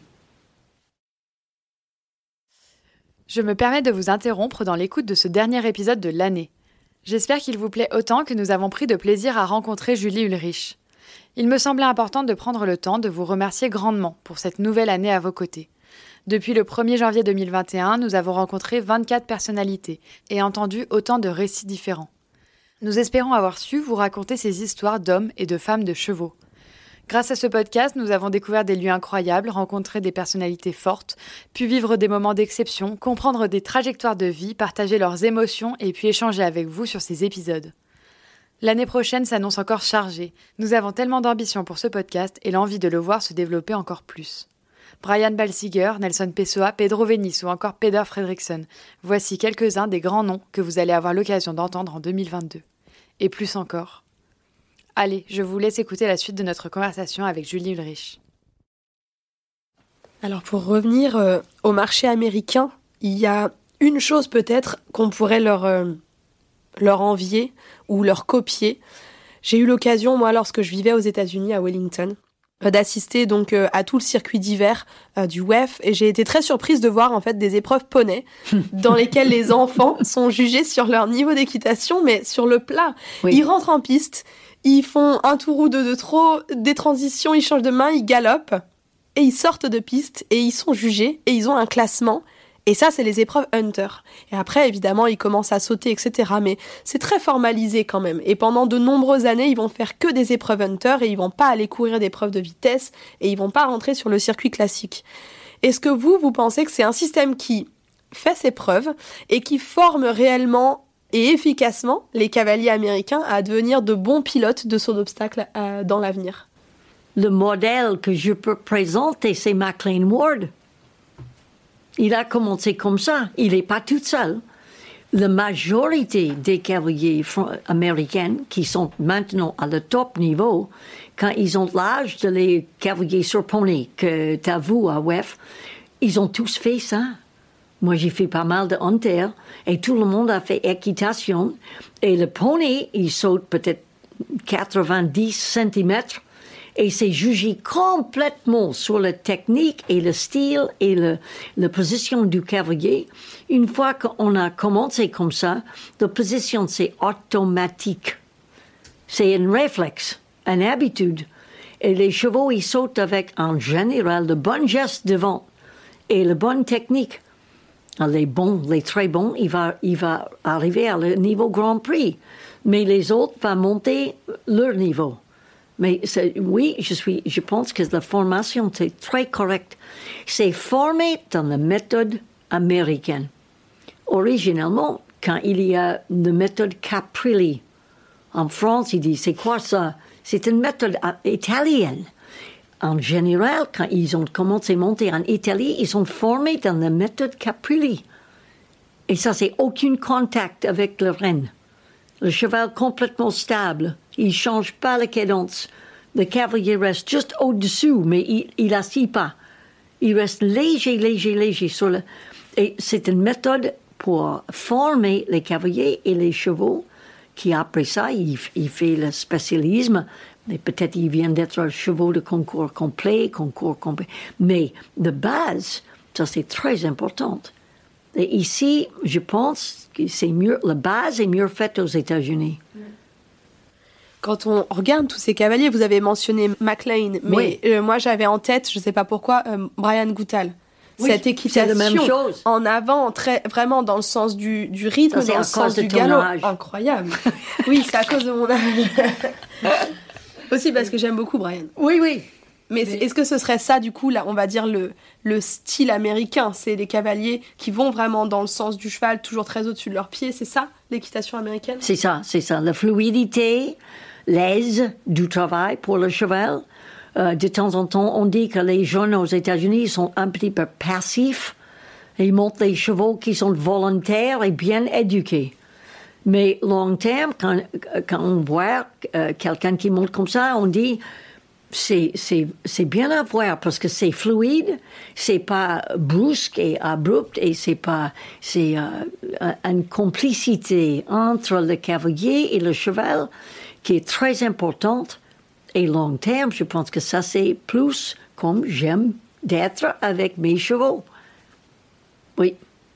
Je me permets de vous interrompre dans l'écoute de ce dernier épisode de l'année. J'espère qu'il vous plaît autant que nous avons pris de plaisir à rencontrer Julie Ulrich. Il me semblait important de prendre le temps de vous remercier grandement pour cette nouvelle année à vos côtés. Depuis le premier janvier deux mille vingt et un, nous avons rencontré vingt-quatre personnalités et entendu autant de récits différents. Nous espérons avoir su vous raconter ces histoires d'hommes et de femmes de chevaux. Grâce à ce podcast, nous avons découvert des lieux incroyables, rencontré des personnalités fortes, pu vivre des moments d'exception, comprendre des trajectoires de vie, partager leurs émotions et puis échanger avec vous sur ces épisodes. L'année prochaine s'annonce encore chargée. Nous avons tellement d'ambition pour ce podcast et l'envie de le voir se développer encore plus. Brian Balsiger, Nelson Pessoa, Pedro Venis ou encore Peder Fredriksson. Voici quelques-uns des grands noms que vous allez avoir l'occasion d'entendre en deux mille vingt-deux. Et plus encore. Allez, je vous laisse écouter la suite de notre conversation avec Julie Ulrich. Alors pour revenir euh, au marché américain, il y a une chose peut-être qu'on pourrait leur, euh, leur envier ou leur copier. J'ai eu l'occasion, moi, lorsque je vivais aux États-Unis, à Wellington, d'assister donc euh, à tout le circuit d'hiver euh, du W E F et j'ai été très surprise de voir en fait des épreuves poney dans lesquelles les enfants sont jugés sur leur niveau d'équitation mais sur le plat. Oui. Ils rentrent en piste, Ils font un tour ou deux de trop, des transitions, ils changent de main, ils galopent, et ils sortent de piste, et ils sont jugés, et ils ont un classement. Et ça, c'est les épreuves Hunter. Et après, évidemment, ils commencent à sauter, et cetera. Mais c'est très formalisé quand même. Et pendant de nombreuses années, ils vont faire que des épreuves Hunter, et ils vont pas aller courir des preuves de vitesse, et ils vont pas rentrer sur le circuit classique. Est-ce que vous, vous pensez que c'est un système qui fait ses preuves, et qui forme réellement et efficacement les cavaliers américains à devenir de bons pilotes de saut d'obstacles euh, dans l'avenir? Le modèle que je peux présenter, c'est Maclean Ward. Il a commencé comme ça. Il n'est pas tout seul. La majorité des cavaliers américains qui sont maintenant à le top niveau, quand ils ont l'âge de les cavaliers sur poney que tu as vu à W E F, ils ont tous fait ça. Moi, j'ai fait pas mal de hunter et tout le monde a fait équitation. Et le poney, il saute peut-être quatre-vingt-dix centimètres et c'est jugé complètement sur la technique et le style et le, la position du cavalier. Une fois qu'on a commencé comme ça, la position, c'est automatique. C'est un réflexe, une habitude. Et les chevaux, ils sautent avec, en général, le bon geste devant et la bonne technique. Les bons, les très bons, il va, il va arriver à le niveau Grand Prix. Mais les autres vont monter leur niveau. Mais oui, je, suis, je pense que la formation, c'est très correct. C'est formé dans la méthode américaine. Originalement, quand il y a la méthode Caprilli, en France, il dit, c'est quoi ça? C'est une méthode italienne. En général, quand ils ont commencé à monter en Italie, ils sont formés dans la méthode Caprilli. Et ça, c'est aucun contact avec le renne. Le cheval complètement stable. Il ne change pas la cadence. Le cavalier reste juste au-dessus, mais il n'assit pas. Il reste léger, léger, léger. Sur le... Et c'est une méthode pour former les cavaliers et les chevaux qui, après ça, il, il fait le spécialisme. Mais peut-être il vient d'être un cheval de concours complet, concours complet. Mais de base, ça c'est très important. Et ici, je pense que c'est mieux, la base est mieux faite aux États-Unis. Quand on regarde tous ces cavaliers, vous avez mentionné Maclean, mais oui. euh, moi j'avais en tête, je ne sais pas pourquoi, euh, Brian Goodall. Oui, cette équitation c'est la même chose. En avant, très, vraiment dans le sens du, du rythme, ça, dans le sens du galop. Incroyable. Oui, c'est à cause de mon âge. Aussi parce que j'aime beaucoup Brian. Oui, oui. Mais, Mais est-ce que ce serait ça, du coup, là, on va dire le, le style américain? C'est les cavaliers qui vont vraiment dans le sens du cheval, toujours très au-dessus de leurs pieds. C'est ça, l'équitation américaine? C'est ça, c'est ça. La fluidité, l'aise du travail pour le cheval. Euh, de temps en temps, on dit que les jeunes aux États-Unis sont un petit peu passifs. Ils montent les chevaux qui sont volontaires et bien éduqués. Mais long terme, quand, quand on voit euh, quelqu'un qui monte comme ça, on dit c'est, c'est, c'est bien à voir parce que c'est fluide, c'est pas brusque et abrupt et c'est pas c'est euh, une complicité entre le cavalier et le cheval qui est très importante. Et long terme, je pense que ça c'est plus comme j'aime d'être avec mes chevaux. Oui.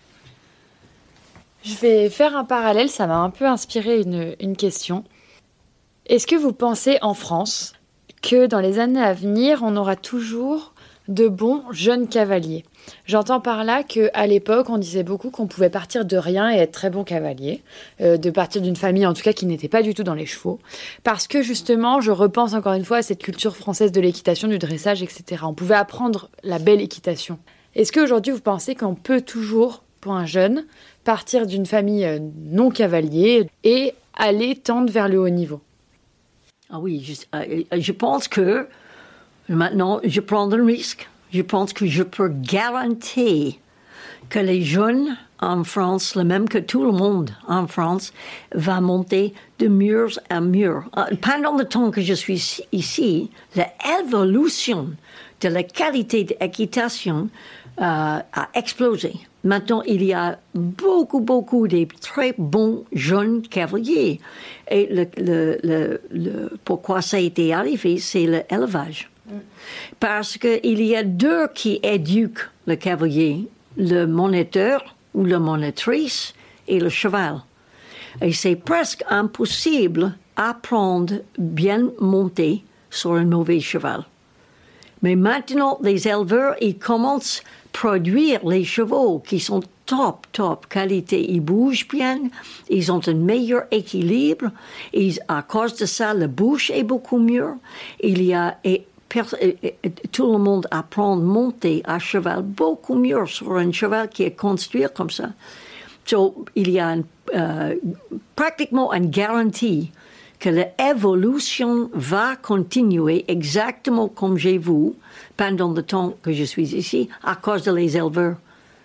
Je vais faire un parallèle, ça m'a un peu inspiré une, une question. Est-ce que vous pensez en France que dans les années à venir, on aura toujours de bons jeunes cavaliers? J'entends par là qu'à l'époque, on disait beaucoup qu'on pouvait partir de rien et être très bon cavalier, euh, de partir d'une famille en tout cas qui n'était pas du tout dans les chevaux, parce que justement, je repense encore une fois à cette culture française de l'équitation, du dressage, et cetera. On pouvait apprendre la belle équitation. Est-ce qu'aujourd'hui, vous pensez qu'on peut toujours, pour un jeune, partir d'une famille non cavalier et aller tendre vers le haut niveau? Ah oui, je, euh, je pense que maintenant, je prends un risque. Je pense que je peux garantir que les jeunes en France, le même que tout le monde en France, va monter de mieux en mieux. Pendant le temps que je suis ici, l'évolution de la qualité d'équitation euh, a explosé. Maintenant, il y a beaucoup, beaucoup de très bons jeunes cavaliers. Et le, le, le, le, pourquoi ça a été arrivé, c'est l'élevage. Parce qu'il y a deux qui éduquent le cavalier, le moniteur ou la monitrice et le cheval. Et c'est presque impossible d'apprendre bien monter sur un mauvais cheval. Mais maintenant, les éleveurs, ils commencent à produire les chevaux qui sont top, top qualité. Ils bougent bien, ils ont un meilleur équilibre. Et à cause de ça, la bouche est beaucoup mieux. Il y a, et, et, et, tout le monde apprend à monter à cheval beaucoup mieux sur un cheval qui est construit comme ça. So, il y a un, euh, pratiquement une garantie que l'évolution va continuer exactement comme j'ai vu pendant le temps que je suis ici à cause de les éleveurs.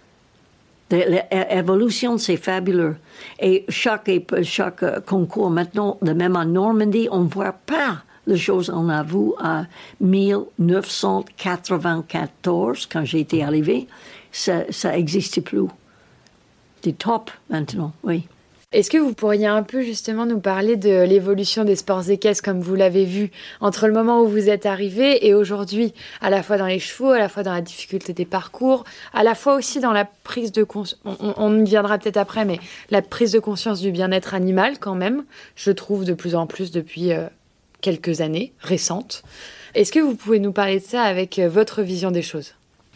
L'évolution, c'est fabuleux. Et chaque, chaque concours, maintenant, de même en Normandie, on ne voit pas les choses qu'on a vues en dix-neuf cent quatre-vingt-quatorze, quand j'ai été arrivée. Ça n'existe plus. C'est top maintenant, oui. Est-ce que vous pourriez un peu justement nous parler de l'évolution des sports équestres comme vous l'avez vu entre le moment où vous êtes arrivé et aujourd'hui, à la fois dans les chevaux, à la fois dans la difficulté des parcours, à la fois aussi dans la prise de conscience, on, on y viendra peut-être après, mais la prise de conscience du bien-être animal quand même, je trouve de plus en plus depuis euh, quelques années récentes. Est-ce que vous pouvez nous parler de ça avec euh, votre vision des choses?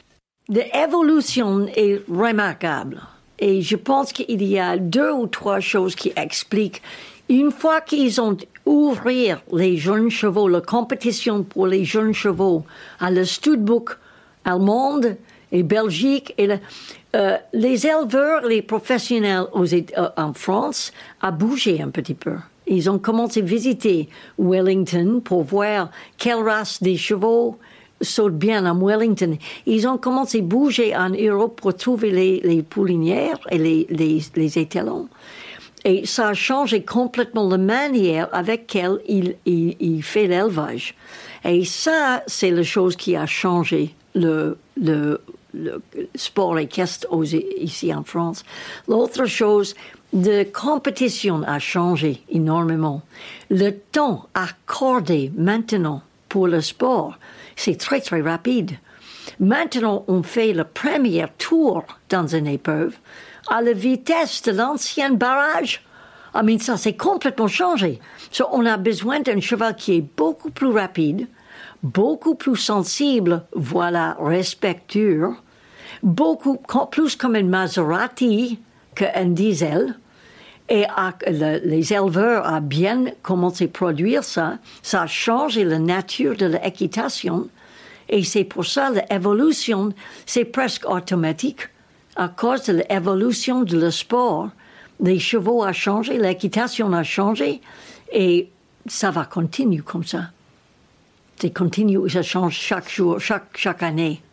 L'évolution est remarquable. Et je pense qu'il y a deux ou trois choses qui expliquent. Une fois qu'ils ont ouvert les jeunes chevaux, la compétition pour les jeunes chevaux à la Studbook allemande et Belgique, et le, euh, les éleveurs, les professionnels aux, euh, en France, ont bougé un petit peu. Ils ont commencé à visiter Wellington pour voir quelle race des chevaux sautent bien à Wellington. Ils ont commencé à bouger en Europe pour trouver les, les poulinières et les, les, les étalons. Et ça a changé complètement la manière avec laquelle il, il, il fait l'élevage. Et ça, c'est la chose qui a changé le, le, le sport équestre aux, ici en France. L'autre chose, la compétition a changé énormément. Le temps accordé maintenant pour le sport, c'est très, très rapide. Maintenant, on fait le premier tour dans une épreuve à la vitesse de l'ancien barrage. I mean, ça, c'est complètement changé. So, on a besoin d'un cheval qui est beaucoup plus rapide, beaucoup plus sensible, voilà, respectueux, beaucoup plus comme un Maserati qu'un diesel. Et à, le, les éleveurs ont bien commencé à produire ça. Ça a changé la nature de l'équitation. Et c'est pour ça que l'évolution, c'est presque automatique. À cause de l'évolution de le sport, les chevaux ont changé, l'équitation a changé. Et ça va continuer comme ça. Ça continue, ça change chaque jour, chaque, chaque année.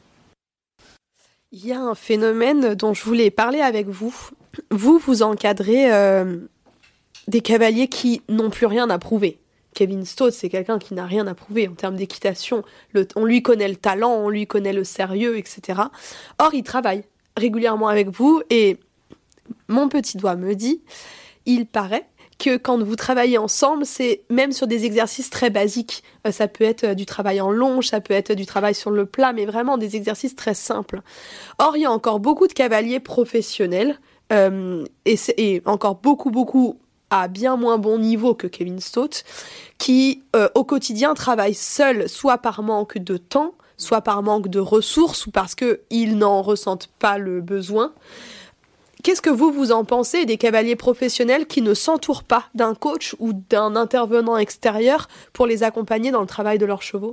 Il y a un phénomène dont je voulais parler avec vous. Vous, vous encadrez euh, des cavaliers qui n'ont plus rien à prouver. Kevin Stott, c'est quelqu'un qui n'a rien à prouver en termes d'équitation. Le, on lui connaît le talent, on lui connaît le sérieux, et cetera. Or, il travaille régulièrement avec vous et mon petit doigt me dit, il paraît que quand vous travaillez ensemble, c'est même sur des exercices très basiques. Euh, ça peut être du travail en longe, ça peut être du travail sur le plat, mais vraiment des exercices très simples. Or, il y a encore beaucoup de cavaliers professionnels euh, et, et encore beaucoup, beaucoup à bien moins bon niveau que Kevin Stott, qui euh, au quotidien travaillent seuls, soit par manque de temps, soit par manque de ressources, ou parce qu'ils n'en ressentent pas le besoin. Qu'est-ce que vous, vous en pensez des cavaliers professionnels qui ne s'entourent pas d'un coach ou d'un intervenant extérieur pour les accompagner dans le travail de leurs chevaux?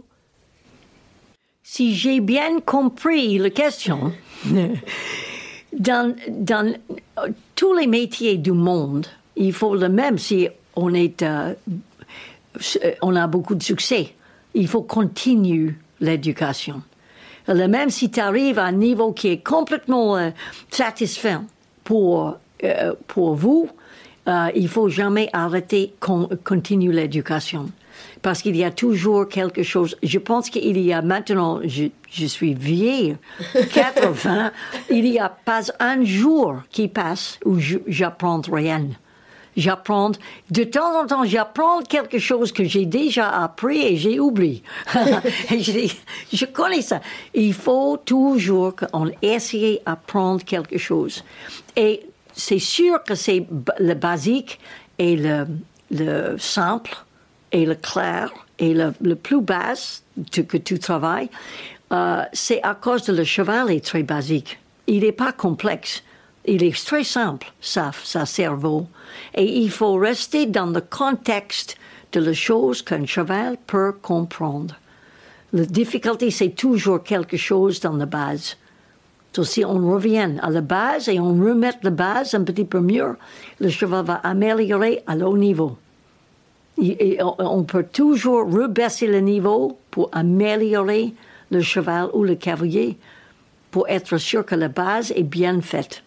Si j'ai bien compris la question, dans, dans tous les métiers du monde, il faut le même si on, est, euh, on a beaucoup de succès. Il faut continuer l'éducation. Le même si tu arrives à un niveau qui est complètement euh, satisfaisant pour, euh, pour vous, euh, il ne faut jamais arrêter con, continuer l'éducation. Parce qu'il y a toujours quelque chose. Je pense qu'il y a maintenant, je, je suis vieille, quatre-vingts, il n'y a pas un jour qui passe où je, j'apprends rien. J'apprends, de temps en temps, j'apprends quelque chose que j'ai déjà appris et j'ai oublié. et je, je connais ça. Il faut toujours qu'on essaye d'apprendre quelque chose. Et c'est sûr que c'est le basique et le, le simple et le clair et le, le plus bas que tu travailles. Euh, c'est à cause de le cheval est très basique. Il n'est pas complexe. Il est très simple, sa, sa cerveau. Et il faut rester dans le contexte de la chose qu'un cheval peut comprendre. La difficulté, c'est toujours quelque chose dans la base. Donc, si on revient à la base et on remet la base un petit peu mieux, le cheval va améliorer à haut niveau. Et on peut toujours rebaisser le niveau pour améliorer le cheval ou le cavalier pour être sûr que la base est bien faite.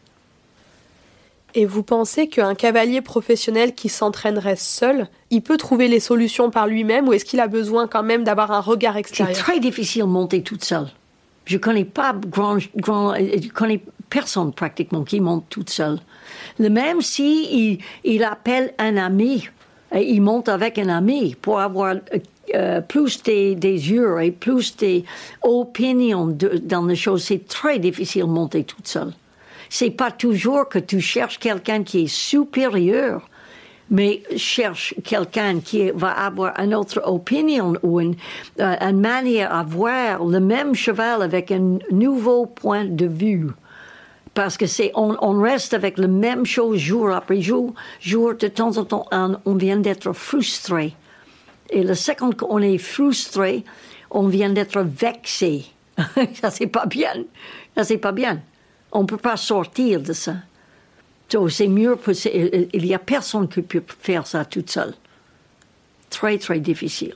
Et vous pensez qu'un cavalier professionnel qui s'entraînerait seul, il peut trouver les solutions par lui-même ou est-ce qu'il a besoin quand même d'avoir un regard extérieur? C'est très difficile de monter toute seule. Je ne connais pas grand, grand, je connais personne pratiquement qui monte toute seule. Le même si il, il appelle un ami et il monte avec un ami pour avoir euh, plus des, des yeux et plus des opinions de, dans les choses. C'est très difficile de monter toute seule. C'est pas toujours que tu cherches quelqu'un qui est supérieur, mais cherche quelqu'un qui va avoir une autre opinion ou une, euh, une manière à voir le même cheval avec un nouveau point de vue. Parce que c'est, on, on reste avec la même chose jour après jour. Jour, de temps en temps, on, on vient d'être frustré. Et le second qu'on est frustré, on vient d'être vexé. Ça, c'est pas bien. Ça, c'est pas bien. On ne peut pas sortir de ça. Donc, c'est mieux, pour, c'est, il n'y a personne qui peut faire ça toute seule. Très, très difficile.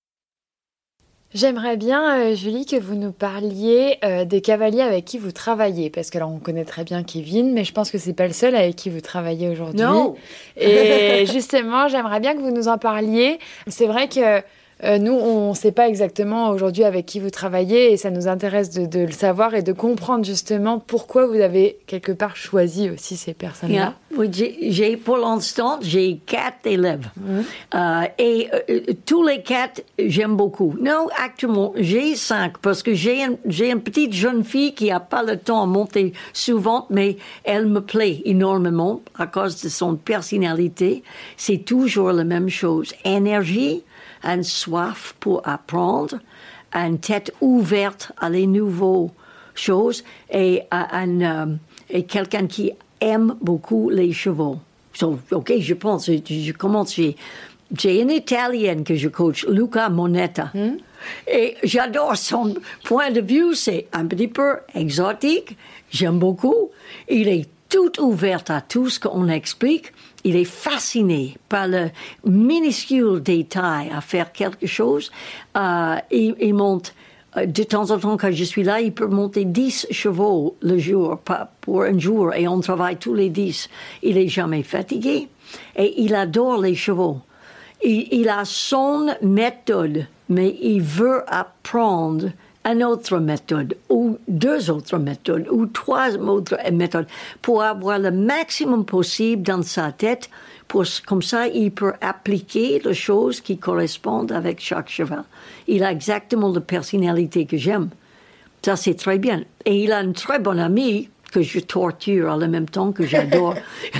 J'aimerais bien, euh, Julie, que vous nous parliez euh, des cavaliers avec qui vous travaillez. Parce que là, on connaît très bien Kevin, mais je pense que c'est pas le seul avec qui vous travaillez aujourd'hui. Non. Et justement, j'aimerais bien que vous nous en parliez. C'est vrai que Euh, nous, on ne sait pas exactement aujourd'hui avec qui vous travaillez et ça nous intéresse de, de le savoir et de comprendre justement pourquoi vous avez quelque part choisi aussi ces personnes-là. Yeah. Oui, j'ai, j'ai, pour l'instant, j'ai quatre élèves. Mm. Euh, et euh, tous les quatre, j'aime beaucoup. Non, actuellement, j'ai cinq parce que j'ai, un, j'ai une petite jeune fille qui n'a pas le temps à monter souvent, mais elle me plaît énormément à cause de son personnalité. C'est toujours la même chose. Énergie, une soif pour apprendre, une tête ouverte à les nouvelles choses et, un, um, et quelqu'un qui aime beaucoup les chevaux. So, OK, je pense, je, je commence, j'ai, j'ai une Italienne que je coach, Luca Moneta. Hmm? Et j'adore son point de vue, c'est un petit peu exotique, j'aime beaucoup. Il est tout ouvert à tout ce qu'on explique. Il est fasciné par le minuscule détail à faire quelque chose. Euh, il, il monte, de temps en temps, quand je suis là, il peut monter dix chevaux le jour, pour un jour, et on travaille tous les dix. Il n'est jamais fatigué et il adore les chevaux. Il, il a son méthode, mais il veut apprendre une autre méthode, ou deux autres méthodes, ou trois autres méthodes, pour avoir le maximum possible dans sa tête, pour, comme ça, il peut appliquer les choses qui correspondent avec chaque cheval. Il a exactement la personnalité que j'aime. Ça, c'est très bien. Et il a un très bon ami que je torture en même temps que j'adore,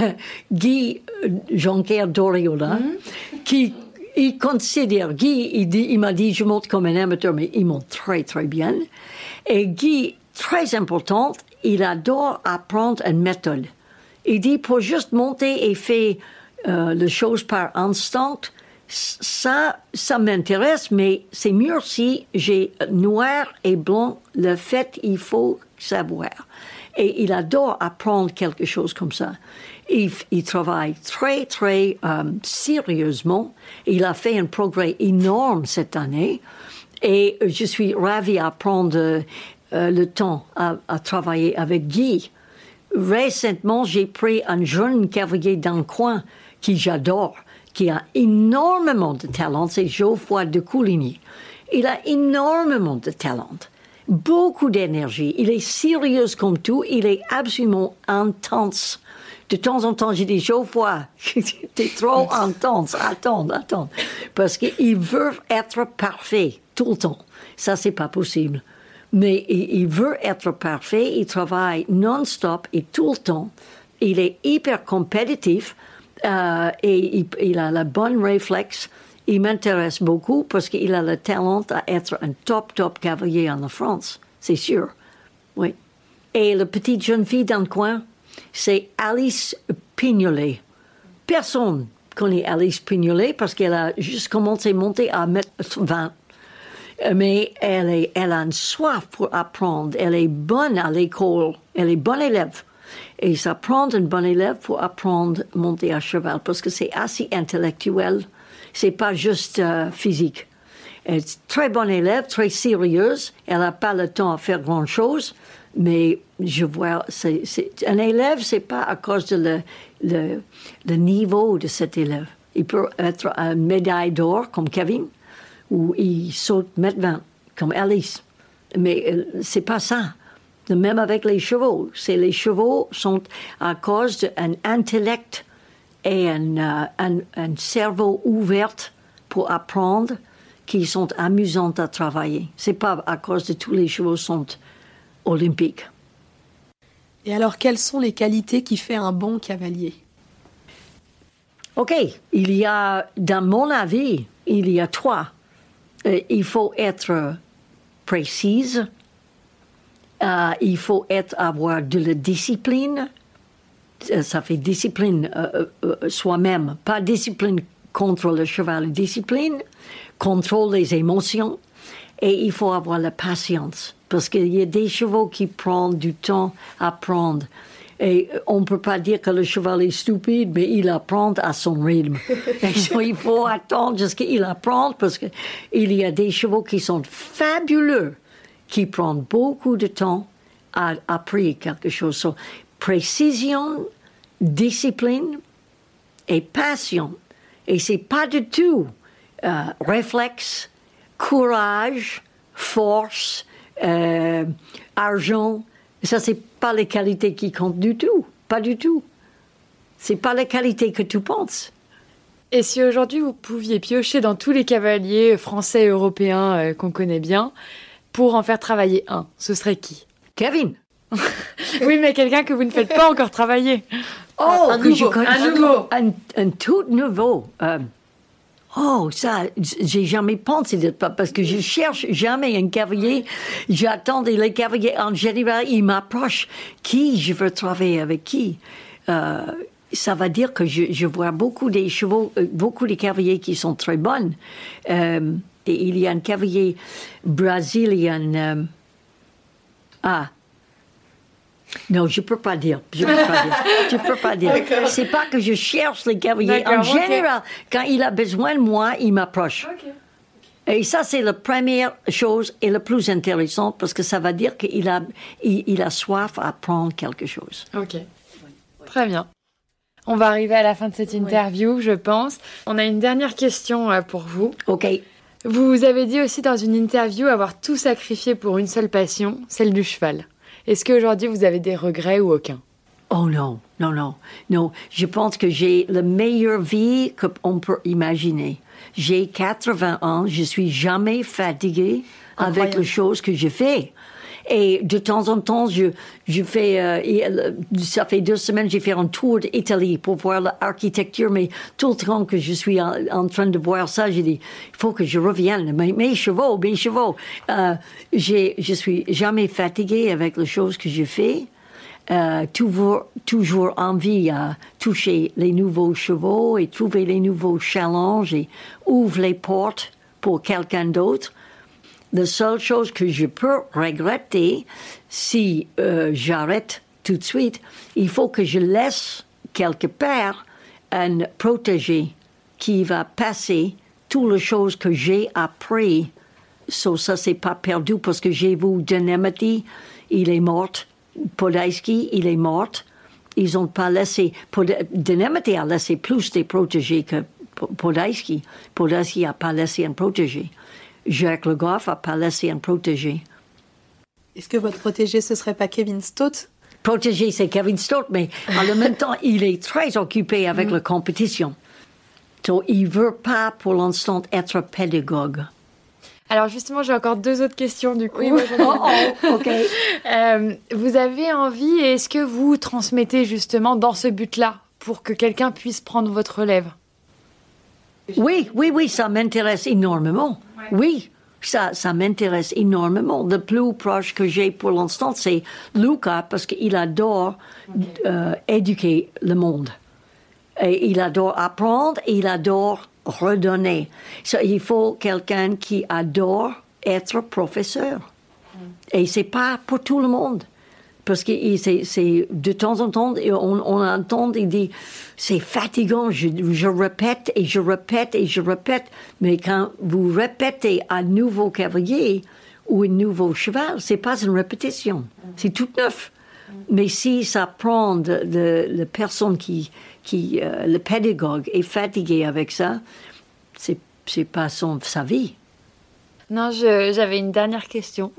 Guy Jonker Doriola, mm-hmm. qui il considère, Guy, il, dit, il m'a dit, je monte comme un amateur, mais il monte très, très bien. Et Guy, très important, il adore apprendre une méthode. Il dit, pour juste monter et faire euh, les choses par instinct, ça, ça m'intéresse, mais c'est mieux si j'ai noir et blanc. Le fait, il faut savoir. Et il adore apprendre quelque chose comme ça. Il, il travaille très, très um, sérieusement. Il a fait un progrès énorme cette année. Et je suis ravie d'apprendre euh, le temps à, à travailler avec Guy. Récemment, j'ai pris un jeune cavalier d'un coin qui j'adore, qui a énormément de talent. C'est Geoffroy de Coligny. Il a énormément de talent. Beaucoup d'énergie. Il est sérieux comme tout. Il est absolument intense. De temps en temps, j'ai dit, Geoffroy, t'es trop intense. Attends, attends. Parce qu'il veut être parfait tout le temps. Ça, c'est pas possible. Mais il veut être parfait. Il travaille non-stop et tout le temps. il est hyper compétitif euh, et il, il a le bon réflexe. Il m'intéresse beaucoup parce qu'il a le talent à être un top, top cavalier en France, c'est sûr. Oui. Et la petite jeune fille dans le coin, c'est Alice Pignolet. Personne connaît Alice Pignolet parce qu'elle a juste commencé à monter à un mètre vingt. Mais elle, est, elle a une soif pour apprendre. Elle est bonne à l'école. Elle est bonne élève. Et ça prend une bonne élève pour apprendre à monter à cheval parce que c'est assez intellectuel. C'est pas juste euh, physique. Elle est très bonne élève, très sérieuse. Elle n'a pas le temps à faire grand-chose. Mais je vois, c'est, c'est, un élève, c'est pas à cause de le, le, le niveau de cet élève. Il peut être une médaille d'or comme Kevin, ou il saute un mètre vingt comme Alice. Mais euh, c'est pas ça. Même avec les chevaux. C'est les chevaux sont à cause d'un intellect et un, uh, un, un cerveau ouvert pour apprendre qui sont amusants à travailler. C'est pas à cause de tous les chevaux sont olympiques. Et alors, quelles sont les qualités qui fait un bon cavalier? OK. Il y a, dans mon avis, il y a trois. Euh, il faut être précise. Euh, il faut être, avoir de la discipline. Euh, ça fait discipline euh, euh, soi-même. Pas discipline contre le cheval. Discipline, contrôle les émotions. Et il faut avoir la patience. Parce qu'il y a des chevaux qui prennent du temps à apprendre. Et on ne peut pas dire que le cheval est stupide, mais il apprend à son rythme. Et so, il faut attendre jusqu'à qu'il apprenne, parce qu'il y a des chevaux qui sont fabuleux, qui prennent beaucoup de temps à apprendre quelque chose. So, précision, discipline et passion. Et c'est pas du tout euh, réflexe, courage, force, euh, argent. Ça, c'est pas les qualités qui comptent du tout. Pas du tout. C'est pas les qualités que tu penses. Et si aujourd'hui vous pouviez piocher dans tous les cavaliers français et européens euh, qu'on connaît bien, pour en faire travailler un, ce serait qui? Kevin. Oui, mais quelqu'un que vous ne faites pas encore travailler. Oh, un que nouveau. Je connais, Un nouveau. Un, un tout nouveau. Euh, oh, ça, j'ai jamais pensé de pas, parce que je cherche jamais un cavalier. J'attends les cavaliers. En général, ils m'approchent. Qui je veux travailler avec qui? Euh, ça va dire que je, je vois beaucoup des chevaux, beaucoup de cavaliers qui sont très bons. Euh, et il y a un cavalier brésilien. Euh, ah. Non, je peux pas dire. Je peux pas dire. Je peux pas dire. C'est pas que je cherche les cavaliers. En général, okay. Quand il a besoin de moi, il m'approche. Okay. Et ça, c'est la première chose et la plus intéressante parce que ça va dire qu'il a, il, il a soif à apprendre quelque chose. Ok. Très bien. On va arriver à la fin de cette interview, oui. Je pense. On a une dernière question pour vous. Ok. Vous avez dit aussi dans une interview avoir tout sacrifié pour une seule passion, celle du cheval. Est-ce qu'aujourd'hui, vous avez des regrets ou aucun? Oh non, non, non. Non, je pense que j'ai la meilleure vie qu'on peut imaginer. J'ai quatre-vingts ans, je suis jamais fatiguée Incroyable. Avec les choses que je fais. Et de temps en temps, je, je fais, euh, ça fait deux semaines, j'ai fait un tour d'Italie pour voir l'architecture, mais tout le temps que je suis en, en train de voir ça, j'ai dit, il faut que je revienne. Mes, mes chevaux, mes chevaux. Euh, j'ai, je suis jamais fatiguée avec les choses que je fais. Euh, toujours, toujours envie à toucher les nouveaux chevaux et trouver les nouveaux challenges et ouvre les portes pour quelqu'un d'autre. La seule chose que je peux regretter, si euh, j'arrête tout de suite, il faut que je laisse quelque part un protégé qui va passer toutes les choses que j'ai appris. So, ça, c'est pas perdu parce que j'ai vu Dynamity, il est mort. Podolsky, il est mort. Ils n'ont pas laissé... Pod- Dynamity a laissé plus de protégés que Podolsky. Podolsky n'a pas laissé un protégé. Jacques Le Goff n'a pas laissé un protégé. Est-ce que votre protégé, ce ne serait pas Kevin Stott? Protégé, c'est Kevin Stott, mais en même temps, il est très occupé avec mmh. la compétition. Donc, il ne veut pas, pour l'instant, être pédagogue. Alors justement, j'ai encore deux autres questions du coup. Oui, moi, oh, oh, ok. euh, vous avez envie, et est-ce que vous transmettez justement dans ce but-là pour que quelqu'un puisse prendre votre relève? Oui, oui, oui, ça m'intéresse énormément. Ouais. Oui, ça, ça m'intéresse énormément. Le plus proche que j'ai pour l'instant, c'est Luca, parce qu'il adore okay. euh, éduquer le monde. Et il adore apprendre et il adore redonner. So, il faut quelqu'un qui adore être professeur. Mm. Et c'est pas pour tout le monde. Parce que c'est, c'est de temps en temps, on, on entend, il dit, c'est fatigant, je, je répète et je répète et je répète. Mais quand vous répétez un nouveau cavalier ou un nouveau cheval, c'est pas une répétition, mm. c'est tout neuf. Mm. Mais si ça prend de, de la personne qui, qui euh, le pédagogue est fatigué avec ça, c'est, c'est pas son, sa vie. Non, je, j'avais une dernière question.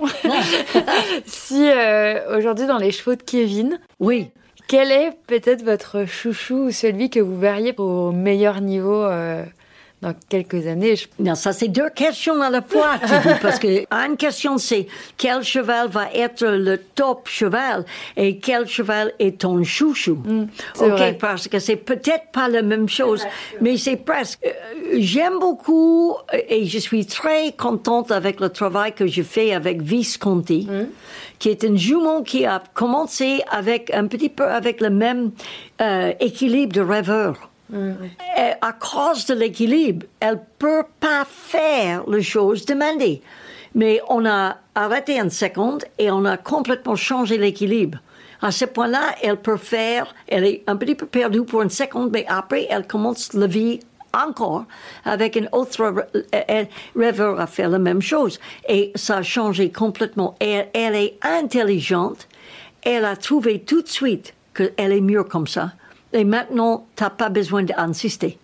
Si euh, aujourd'hui, dans les chevaux de Kevin, oui, quel est peut-être votre chouchou ou celui que vous verriez au meilleur niveau euh, dans quelques années? Je... Non, ça c'est deux questions à la fois, tu dis, parce que une question c'est quel cheval va être le top cheval et quel cheval est ton chouchou. Mm, ok, vrai. Parce que c'est peut-être pas la même chose, mais c'est presque. J'aime beaucoup et je suis très contente avec le travail que je fais avec Visconti, mm. qui est une jument qui a commencé avec un petit peu avec le même euh, équilibre de rêveur. Mm. Et à cause de l'équilibre, elle peut pas faire les choses demandées. Mais on a arrêté une seconde et on a complètement changé l'équilibre. À ce point-là, elle peut faire, elle est un petit peu perdue pour une seconde, mais après, elle commence la vie encore avec un autre rêveur à faire la même chose. Et ça a changé complètement. Et elle est intelligente. Elle a trouvé tout de suite qu'elle est mieux comme ça. Et maintenant, tu n'as pas besoin d'insister.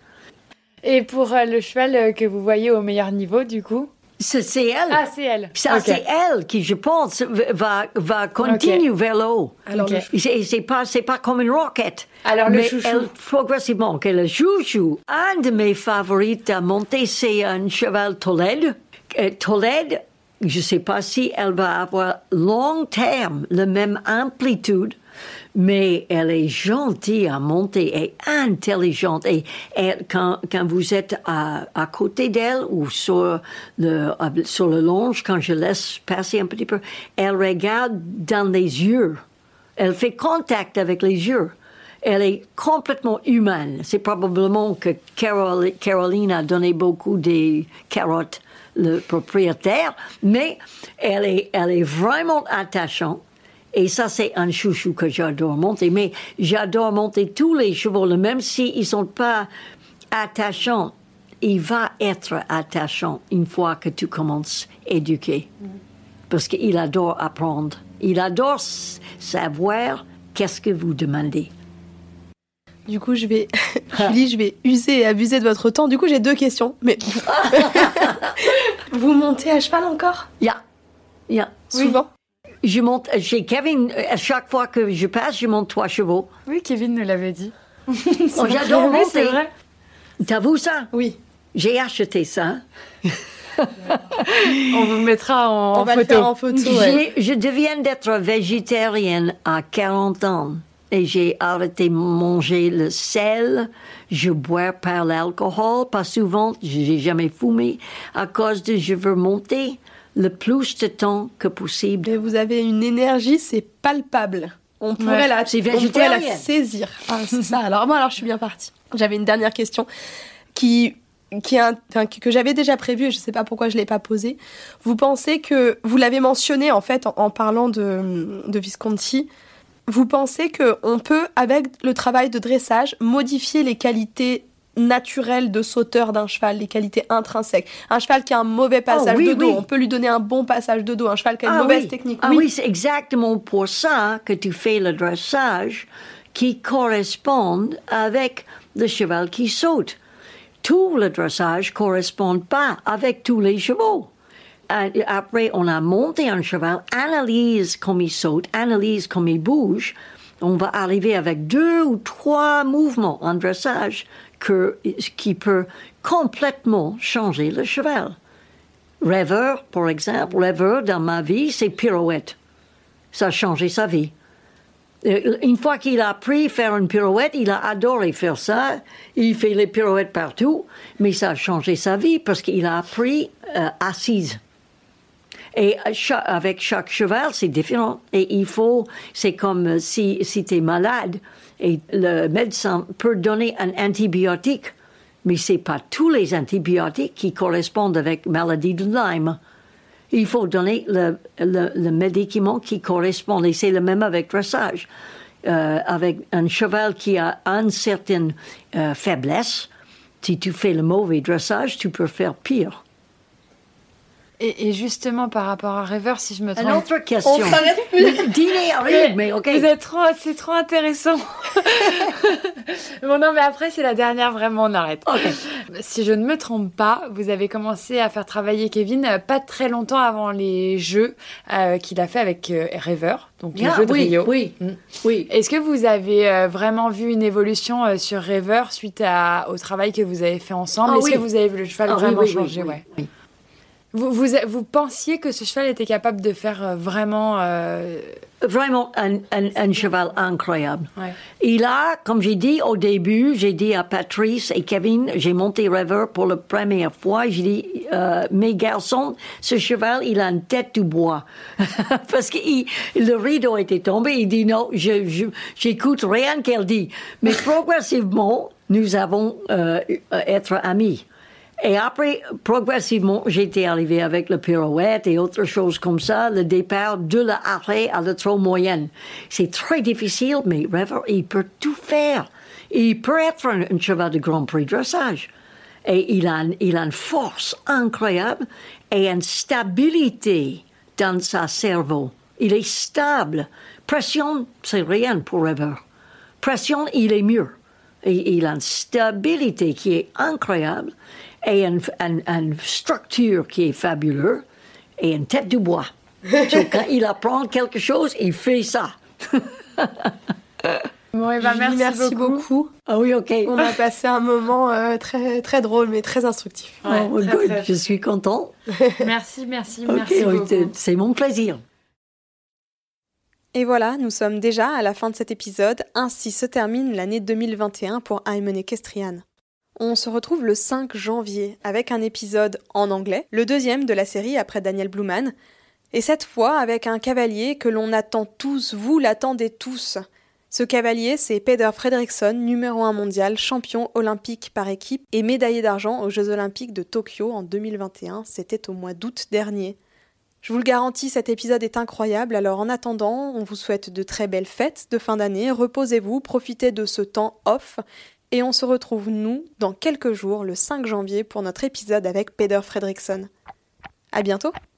Et pour euh, le cheval euh, que vous voyez au meilleur niveau, du coup? C'est, c'est elle. Ah, c'est elle. Ça, okay. c'est elle qui, je pense, va, va continuer okay. vers le haut. Alors, okay. le c'est, c'est, pas, c'est pas comme une roquette. Alors, mais le chouchou. Elle, progressivement, okay, le chouchou. Un de mes favoris à monter, c'est un cheval Tolède. Euh, Tolède, je sais pas si elle va avoir long terme la même amplitude, mais elle est gentille à monter et intelligente. Et elle, quand, quand vous êtes à, à côté d'elle ou sur le, sur le longe, quand je laisse passer un petit peu, elle regarde dans les yeux. Elle fait contact avec les yeux. Elle est complètement humaine. C'est probablement que Carol, Caroline a donné beaucoup de carottes, le propriétaire, mais elle est, elle est vraiment attachante. Et ça, c'est un chouchou que j'adore monter. Mais j'adore monter tous les chevaux, même s'ils ne sont pas attachants. Il va être attachant une fois que tu commences à éduquer. Mm. Parce qu'il adore apprendre. Il adore savoir qu'est-ce que vous demandez. Du coup, je vais, Julie, je vais user et abuser de votre temps. Du coup, j'ai deux questions. Mais vous montez à cheval encore? Yeah. Yeah. Souvent? Oui. Je monte chez Kevin, à chaque fois que je passe, je monte trois chevaux. Oui, Kevin nous l'avait dit. Oh, j'adore monter. C'est vrai. T'as vu ça? Oui. J'ai acheté ça. On vous mettra en, On en va photo. Le faire en photo. Ouais. Je deviens d'être végétarienne à quarante ans. Et j'ai arrêté de manger le sel. Je bois pas l'alcool, pas souvent. J'ai jamais fumé à cause de je veux monter le plus de temps que possible. Et vous avez une énergie, c'est palpable. On pourrait, ouais, la, on pourrait la saisir. Ah, c'est ça. Alors moi, alors je suis bien partie. J'avais une dernière question qui, qui est un, enfin, que j'avais déjà prévue et je ne sais pas pourquoi je ne l'ai pas posée. Vous pensez que, vous l'avez mentionné en fait en, en parlant de, de Visconti, vous pensez qu'on peut, avec le travail de dressage, modifier les qualités naturel de sauteur d'un cheval, les qualités intrinsèques. Un cheval qui a un mauvais passage oh, oui, de dos, oui. on peut lui donner un bon passage de dos. Un cheval qui a une ah, mauvaise oui. technique. Ah oui. oui, c'est exactement pour ça que tu fais le dressage qui correspond avec le cheval qui saute. Tout le dressage ne correspond pas avec tous les chevaux. Après, on a monté un cheval, analyse comme il saute, analyse comme il bouge. On va arriver avec deux ou trois mouvements en dressage que, qui peut complètement changer le cheval. Rêveur, par exemple, rêveur dans ma vie, c'est pirouette. Ça a changé sa vie. Une fois qu'il a appris à faire une pirouette, il a adoré faire ça. Il fait les pirouettes partout, mais ça a changé sa vie parce qu'il a appris euh, assise. Et avec chaque cheval, c'est différent. Et il faut, c'est comme si, si tu es malade et le médecin peut donner un antibiotique, mais ce n'est pas tous les antibiotiques qui correspondent avec maladie de Lyme. Il faut donner le, le, le médicament qui correspond. Et c'est le même avec dressage. Euh, avec un cheval qui a une certaine euh, faiblesse, si tu fais le mauvais dressage, tu peux faire pire. Et, et justement, par rapport à Rêveur, si je me trompe... Une autre question. On s'arrête plus. Le dîner arrive, mais OK. Vous êtes trop... C'est trop intéressant. Bon, non, mais après, c'est la dernière, vraiment, on arrête. Okay. Si je ne me trompe pas, vous avez commencé à faire travailler Kevin euh, pas très longtemps avant les jeux euh, qu'il a fait avec euh, Rêveur, donc les ah, jeux de oui, Rio. Oui, mm. oui. Est-ce que vous avez euh, vraiment vu une évolution euh, sur Rêveur suite à, au travail que vous avez fait ensemble? Ah, Est-ce oui. que vous avez vu le cheval ah, vraiment oui, oui, changer? oui, ouais. oui, oui. Vous, vous, vous pensiez que ce cheval était capable de faire euh, vraiment... Euh... Vraiment un, un, un cheval incroyable. Ouais. Il a, comme j'ai dit au début, j'ai dit à Patrice et Kevin, j'ai monté Rêveur pour la première fois, j'ai dit, euh, mes garçons, ce cheval, il a une tête de bois. Parce que il, le rideau était tombé, il dit non, je, je, j'écoute rien qu'elle dit. Mais progressivement, nous avons euh, être amis. Et après, progressivement, j'étais arrivé avec le pirouette et autres choses comme ça, le départ de l'arrêt à la trop moyenne. C'est très difficile, mais Rêveur, il peut tout faire. Il peut être un, un cheval de Grand Prix dressage. Et il a, il a une force incroyable et une stabilité dans sa cerveau. Il est stable. Pression, c'est rien pour Rêveur. Pression, il est mieux. Et il a une stabilité qui est incroyable. Et une, une, une structure qui est fabuleuse, et une tête de bois. Donc, quand il apprend quelque chose, il fait ça. Bon, et ben, merci, merci beaucoup. beaucoup. Ah oui, OK. On a passé un moment euh, très, très drôle, mais très instructif. Ouais, oh, très, good. très... Je suis content. Merci, merci, okay, merci beaucoup. C'est mon plaisir. Et voilà, nous sommes déjà à la fin de cet épisode. Ainsi se termine l'année deux mille vingt et un pour I'm an Equestrian. On se retrouve le cinq janvier avec un épisode en anglais, le deuxième de la série après Daniel Bluman, et cette fois avec un cavalier que l'on attend tous, vous l'attendez tous. Ce cavalier, c'est Peder Fredriksson, numéro un mondial, champion olympique par équipe et médaillé d'argent aux Jeux Olympiques de Tokyo en deux mille vingt et un, c'était au mois d'août dernier. Je vous le garantis, cet épisode est incroyable, alors en attendant, on vous souhaite de très belles fêtes de fin d'année, reposez-vous, profitez de ce temps off, et on se retrouve, nous, dans quelques jours, le cinq janvier, pour notre épisode avec Peder Fredriksson. À bientôt!